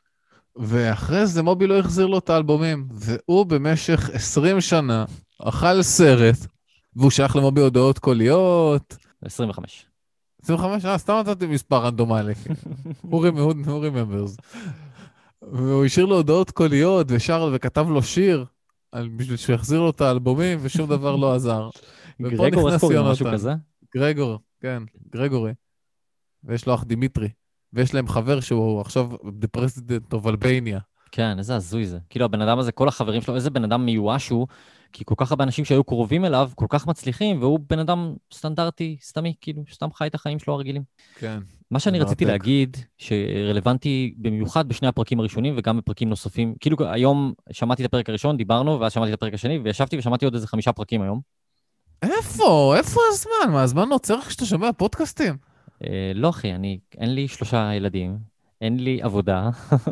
[SPEAKER 3] ואחרי זה מובי לא החזיר לו את האלבומים, והוא במשך עשרים שנה אכל סרט, והוא שייך למובי הודעות קוליות.
[SPEAKER 2] עשרים וחמש.
[SPEAKER 3] עשרים וחמש? אה, סתם נתתי מספר רנדומלי. הוא ריממברס. והוא השאיר לו הודעות קוליות, ושר וכתב לו שיר, בשביל שהוא יחזיר לו את האלבומים, ושום דבר לא עזר.
[SPEAKER 2] גרגור, איך קוראים משהו כזה?
[SPEAKER 3] גרגור, כן, גרגורי. ויש לו אח דימיטרי. ויש להם חבר שהוא עכשיו the president of Albania.
[SPEAKER 2] כן, איזה הזוי זה. כאילו הבן אדם הזה, כל החברים שלו, איזה בן אדם מיואש הוא, כי כל כך הרבה אנשים שהיו קרובים אליו, כל כך מצליחים, והוא בן אדם סטנדרטי, סתמי, כאילו, סתם חי את החיים שלו הרגילים.
[SPEAKER 3] כן.
[SPEAKER 2] מה שאני רציתי להגיד, שרלוונטי במיוחד בשני הפרקים הראשונים, וגם בפרקים נוספים, כאילו היום שמעתי את הפרק הראשון, דיברנו, ואז שמעתי את הפרק השני, וישבתי ושמעתי עוד איזה חמישה פרקים היום.
[SPEAKER 3] איפה? איפה הזמן? מה, הזמן נוצר כשאתה שומע פודקאסטים?
[SPEAKER 2] לא, אחי, אני, אין לי שלושה ילדים, אין לי עבודה.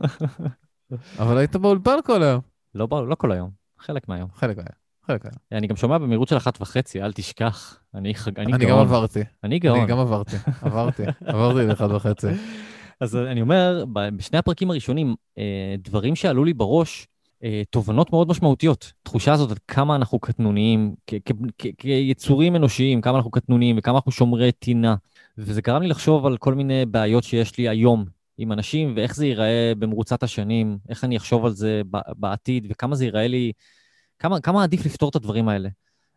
[SPEAKER 3] אבל היית באולפן כל היום.
[SPEAKER 2] לא, לא כל היום, חלק מהיום.
[SPEAKER 3] חלק מהיום, חלק מהיום.
[SPEAKER 2] אני גם שומע במהירות של אחת וחצי, אל תשכח. אני גאון.
[SPEAKER 3] אני גם עברתי.
[SPEAKER 2] אני גאון.
[SPEAKER 3] אני גם עברתי, עברתי, עברתי לאחת וחצי.
[SPEAKER 2] אז אני אומר, בשני הפרקים הראשונים, דברים שעלו לי בראש, תובנות מאוד משמעותיות. תחושה הזאת עד כמה אנחנו קטנוניים, כיצורים אנושיים, כמה אנחנו קטנוניים וכמה אנחנו שומרי טינה. וזה גרם לי לחשוב על כל מיני בעיות שיש לי היום עם אנשים, ואיך זה ייראה במרוצת השנים, איך אני אחשוב על זה בעתיד, וכמה זה ייראה לי, כמה, כמה עדיף לפתור את הדברים האלה.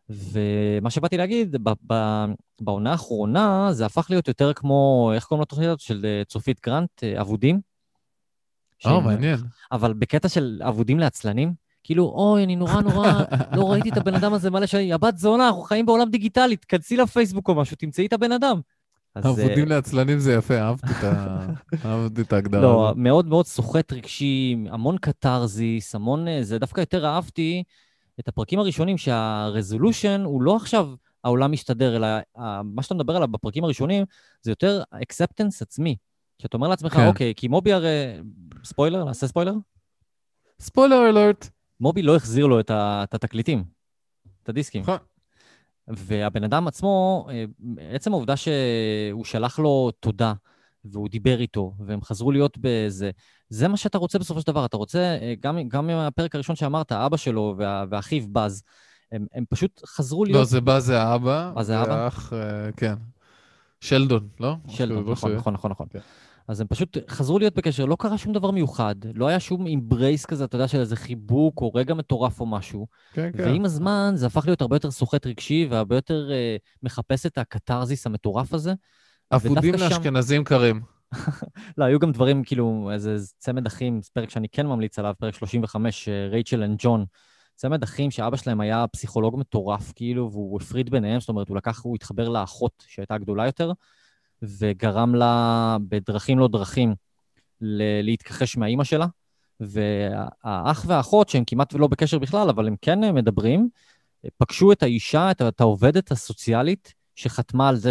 [SPEAKER 2] ומה שבאתי להגיד, ב- ב- בעונה האחרונה זה הפך להיות יותר כמו, איך קוראים לתוכנית הזאת של אה, צופית גרנט, אה, אבודים.
[SPEAKER 3] אה,
[SPEAKER 2] שהם-
[SPEAKER 3] מעניין.
[SPEAKER 2] אבל בקטע של אבודים לעצלנים, כאילו, אוי, אני נורא נורא, לא ראיתי את הבן אדם הזה מלא שנים, הבת זונה, אנחנו חיים בעולם דיגיטלי, תכנסי לפייסבוק או משהו, תמצאי את הבן אדם. אז, אה,
[SPEAKER 3] עבודים לעצלנים זה יפה, אהבתי את ה- אהבתי את ההגדרה
[SPEAKER 2] לא,
[SPEAKER 3] הזאת.
[SPEAKER 2] מאוד מאוד סוחט רגשי, המון קטרזיס, המון, אה, זה דווקא יותר אהבתי את הפרקים הראשונים, שהרזולושן הוא לא עכשיו העולם משתדר, אלא ה- מה שאתה מדבר עליו בפרקים הראשונים, זה יותר אקספטנס עצמי. שאתה אומר לעצמך,
[SPEAKER 3] כן.
[SPEAKER 2] אוקיי, כי מובי הרי, ספוילר, נעשה ספוילר?
[SPEAKER 3] ספוילר אלרט.
[SPEAKER 2] מובי לא החזיר לו את ה- את התקליטים, את הדיסקים.
[SPEAKER 3] נכון.
[SPEAKER 2] והבן אדם עצמו, אה, עצם העובדה שהוא שלח לו תודה, והוא דיבר איתו, והם חזרו להיות בזה, זה מה שאתה רוצה בסופו של דבר. אתה רוצה, אה, גם, גם מהפרק הראשון שאמרת, אבא שלו וה, ואחיו בז, הם, הם פשוט חזרו להיות...
[SPEAKER 3] לא, זה בא, זה האבא.
[SPEAKER 2] מה זה האבא?
[SPEAKER 3] והאח, אה, כן. שלדון, לא?
[SPEAKER 2] שלדון,
[SPEAKER 3] לא
[SPEAKER 2] נכון,
[SPEAKER 3] ש-
[SPEAKER 2] נכון, נכון, נכון.
[SPEAKER 3] כן.
[SPEAKER 2] אז הם פשוט חזרו להיות בקשר, לא קרה שום דבר מיוחד, לא היה שום אימברייס כזה, אתה יודע, של איזה חיבוק או רגע מטורף או משהו.
[SPEAKER 3] כן, כן.
[SPEAKER 2] ועם הזמן זה הפך להיות הרבה יותר סוחט רגשי, והרבה יותר אה, מחפש את הקטרזיס המטורף הזה.
[SPEAKER 3] עבודים
[SPEAKER 2] ודווקא שם-
[SPEAKER 3] לאשכנזים קרים.
[SPEAKER 2] לא, היו גם דברים, כאילו, איזה צמד אחים, פרק שאני כן ממליץ עליו, פרק שלושים וחמש, רייצ'ל אנד ג'ון. צמד אחים שאבא שלהם היה פסיכולוג מטורף, כאילו, והוא הפריד ביניהם, זאת אומרת, הוא לקח, הוא התחבר לאחות שהייתה גדולה יותר, וגרם לה בדרכים לא דרכים ל- להתכחש מהאימא שלה. והאח והאחות, שהם כמעט ולא בקשר בכלל, אבל הם כן מדברים, פגשו את האישה, את, את העובדת הסוציאלית, שחתמה על זה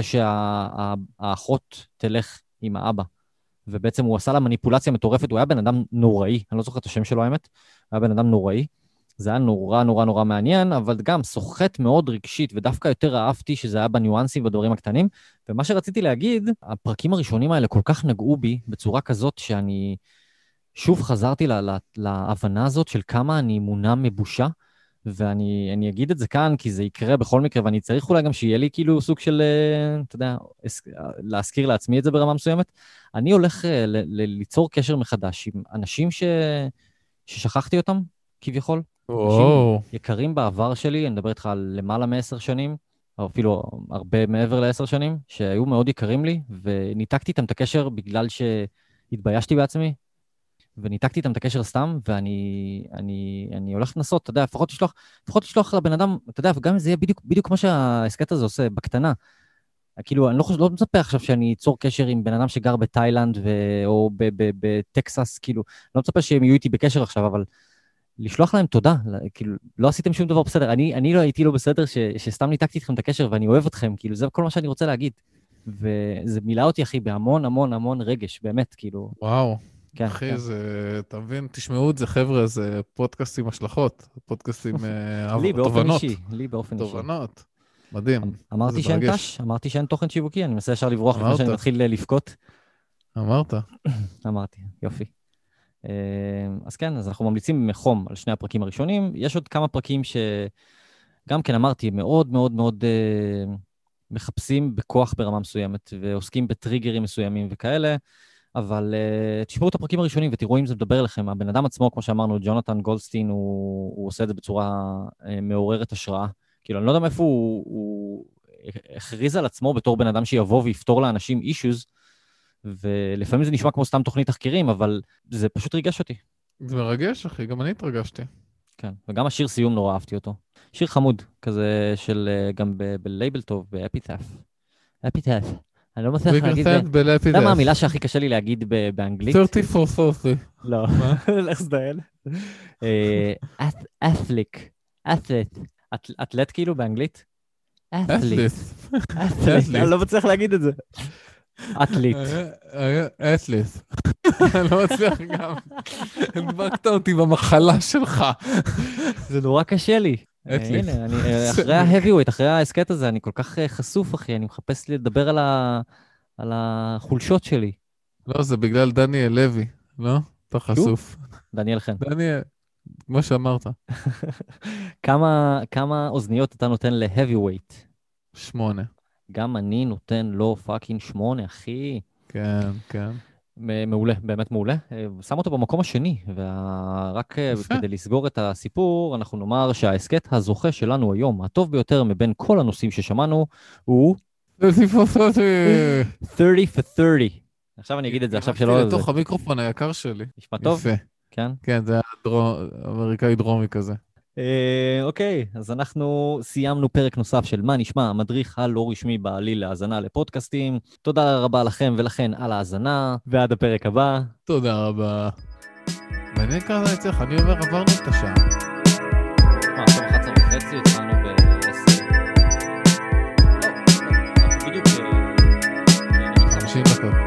[SPEAKER 2] שהאחות תלך עם האבא. ובעצם הוא עשה לה מניפולציה מטורפת, הוא היה בן אדם נוראי, אני לא זוכר את השם שלו האמת, הוא היה בן אדם נוראי. זה היה נורא נורא נורא מעניין, אבל גם סוחט מאוד רגשית, ודווקא יותר אהבתי שזה היה בניואנסים ובדברים הקטנים. ומה שרציתי להגיד, הפרקים הראשונים האלה כל כך נגעו בי בצורה כזאת שאני שוב חזרתי לה, לה, להבנה הזאת של כמה אני מונע מבושה, ואני אני אגיד את זה כאן, כי זה יקרה בכל מקרה, ואני צריך אולי גם שיהיה לי כאילו סוג של, אה, אתה יודע, אס- להזכיר לעצמי את זה ברמה מסוימת. אני הולך אה, ל- ל- ליצור קשר מחדש עם אנשים ש... ששכחתי אותם, כביכול.
[SPEAKER 3] וואו.
[SPEAKER 2] יקרים בעבר שלי, אני מדבר איתך על למעלה מעשר שנים, או אפילו הרבה מעבר לעשר שנים, שהיו מאוד יקרים לי, וניתקתי איתם את הקשר בגלל שהתביישתי בעצמי, וניתקתי איתם את הקשר סתם, ואני אני, אני הולך לנסות, אתה יודע, לפחות לשלוח, לפחות לשלוח לבן אדם, אתה יודע, וגם אם זה יהיה בדיוק, בדיוק מה שההסקט הזה עושה, בקטנה. כאילו, אני לא, חושב, לא מצפה עכשיו שאני אצור קשר עם בן אדם שגר בתאילנד, ו... או ב- ב- בטקסס, כאילו, לא מצפה שהם יהיו איתי בקשר עכשיו, אבל לשלוח להם תודה, כאילו, לא עשיתם שום דבר בסדר. אני, אני לא הייתי לא בסדר ש, שסתם ניתקתי איתכם את הקשר, ואני אוהב אתכם, כאילו, זה כל מה שאני רוצה להגיד. וזה מילא אותי, אחי, בהמון המון המון רגש, באמת, כאילו.
[SPEAKER 3] וואו.
[SPEAKER 2] כן,
[SPEAKER 3] אחי,
[SPEAKER 2] כן.
[SPEAKER 3] זה, אתה מבין, תשמעו את זה, חבר'ה, זה פודקאסט עם השלכות, פודקאסט עם אה,
[SPEAKER 2] לי באופן
[SPEAKER 3] תובנות.
[SPEAKER 2] אישי, לי באופן אישי.
[SPEAKER 3] תובנות. מדהים.
[SPEAKER 2] אמרתי
[SPEAKER 3] זה
[SPEAKER 2] שאין
[SPEAKER 3] מרגש.
[SPEAKER 2] תש, אמרתי שאין תוכן שיווקי, אני מנסה ישר לברוח לפני
[SPEAKER 3] אמרת.
[SPEAKER 2] שאני מתחיל אה, לבכות.
[SPEAKER 3] אמרת.
[SPEAKER 2] אמרתי, יופי. אה, אז כן, אז אנחנו ממליצים מחום על שני הפרקים הראשונים. יש עוד כמה פרקים שגם כן אמרתי, מאוד מאוד מאוד אה, מחפשים בכוח ברמה מסוימת, ועוסקים בטריגרים מסוימים וכאלה, אבל uh, תשמעו את הפרקים הראשונים ותראו אם זה מדבר אליכם. הבן אדם עצמו, כמו שאמרנו, ג'ונתן גולדסטין, הוא, הוא עושה את זה בצורה uh, מעוררת השראה. כאילו, אני לא יודע מאיפה הוא, הוא הכריז על עצמו בתור בן אדם שיבוא ויפתור לאנשים אישוז, ולפעמים זה נשמע כמו סתם תוכנית תחקירים, אבל זה פשוט ריגש אותי.
[SPEAKER 3] זה מרגש, אחי, גם אני התרגשתי.
[SPEAKER 2] כן, וגם השיר סיום נורא אהבתי אותו. שיר חמוד, כזה של, uh, גם בלייבל טוב, באפיתף. אפיתף. אני לא מצליח להגיד... אתה יודע מה המילה שהכי קשה לי להגיד באנגלית?
[SPEAKER 3] שלושים וארבע שלושים.
[SPEAKER 2] לא. לך סדאל. את'ליק. את'לט. את'לט כאילו באנגלית?
[SPEAKER 3] את'ליט.
[SPEAKER 2] את'ליט. אני לא מצליח להגיד את זה. את'ליט.
[SPEAKER 3] את'ליט. אני לא מצליח גם. הדבקת אותי במחלה שלך.
[SPEAKER 2] זה נורא קשה לי.
[SPEAKER 3] את'ליט.
[SPEAKER 2] הנה, אחרי ההביווייט, אחרי ההסקט הזה, אני כל כך חשוף, אחי. אני מחפש לדבר על החולשות שלי.
[SPEAKER 3] לא, זה בגלל דניאל לוי, לא? אתה חשוף.
[SPEAKER 2] דניאל חן.
[SPEAKER 3] דניאל, כמו שאמרת.
[SPEAKER 2] כמה, כמה אוזניות אתה נותן ל-heavyweight?
[SPEAKER 3] שמונה.
[SPEAKER 2] גם אני נותן לו פאקינג שמונה, אחי.
[SPEAKER 3] כן, כן.
[SPEAKER 2] מעולה, באמת מעולה. שם אותו במקום השני, ורק כדי לסגור את הסיפור, אנחנו נאמר שהעסקט הזוכה שלנו היום, הטוב ביותר מבין כל הנושאים ששמענו, הוא...
[SPEAKER 3] שלושים for שלושים.
[SPEAKER 2] שלושים for שלושים. עכשיו אני אגיד את זה, עכשיו שלא...
[SPEAKER 3] נכנסתי לתוך המיקרופון היקר שלי.
[SPEAKER 2] נשמע טוב?
[SPEAKER 3] יפה.
[SPEAKER 2] כן?
[SPEAKER 3] כן, זה אמריקאי דרומי כזה.
[SPEAKER 2] אוקיי, אז אנחנו סיימנו פרק נוסף של מה נשמע, המדריך הלא רשמי בעליל להאזנה לפודקאסטים. תודה רבה לכם ולכן על ההאזנה, ועד הפרק הבא.
[SPEAKER 3] תודה רבה. מעניין ככה זה יצליח, אני אומר, עברנו את השעה.
[SPEAKER 2] מה, עכשיו אחת עשרה וחצי, התחלנו ב-עשר. לא, לא, בדיוק.
[SPEAKER 3] חמישים דקות.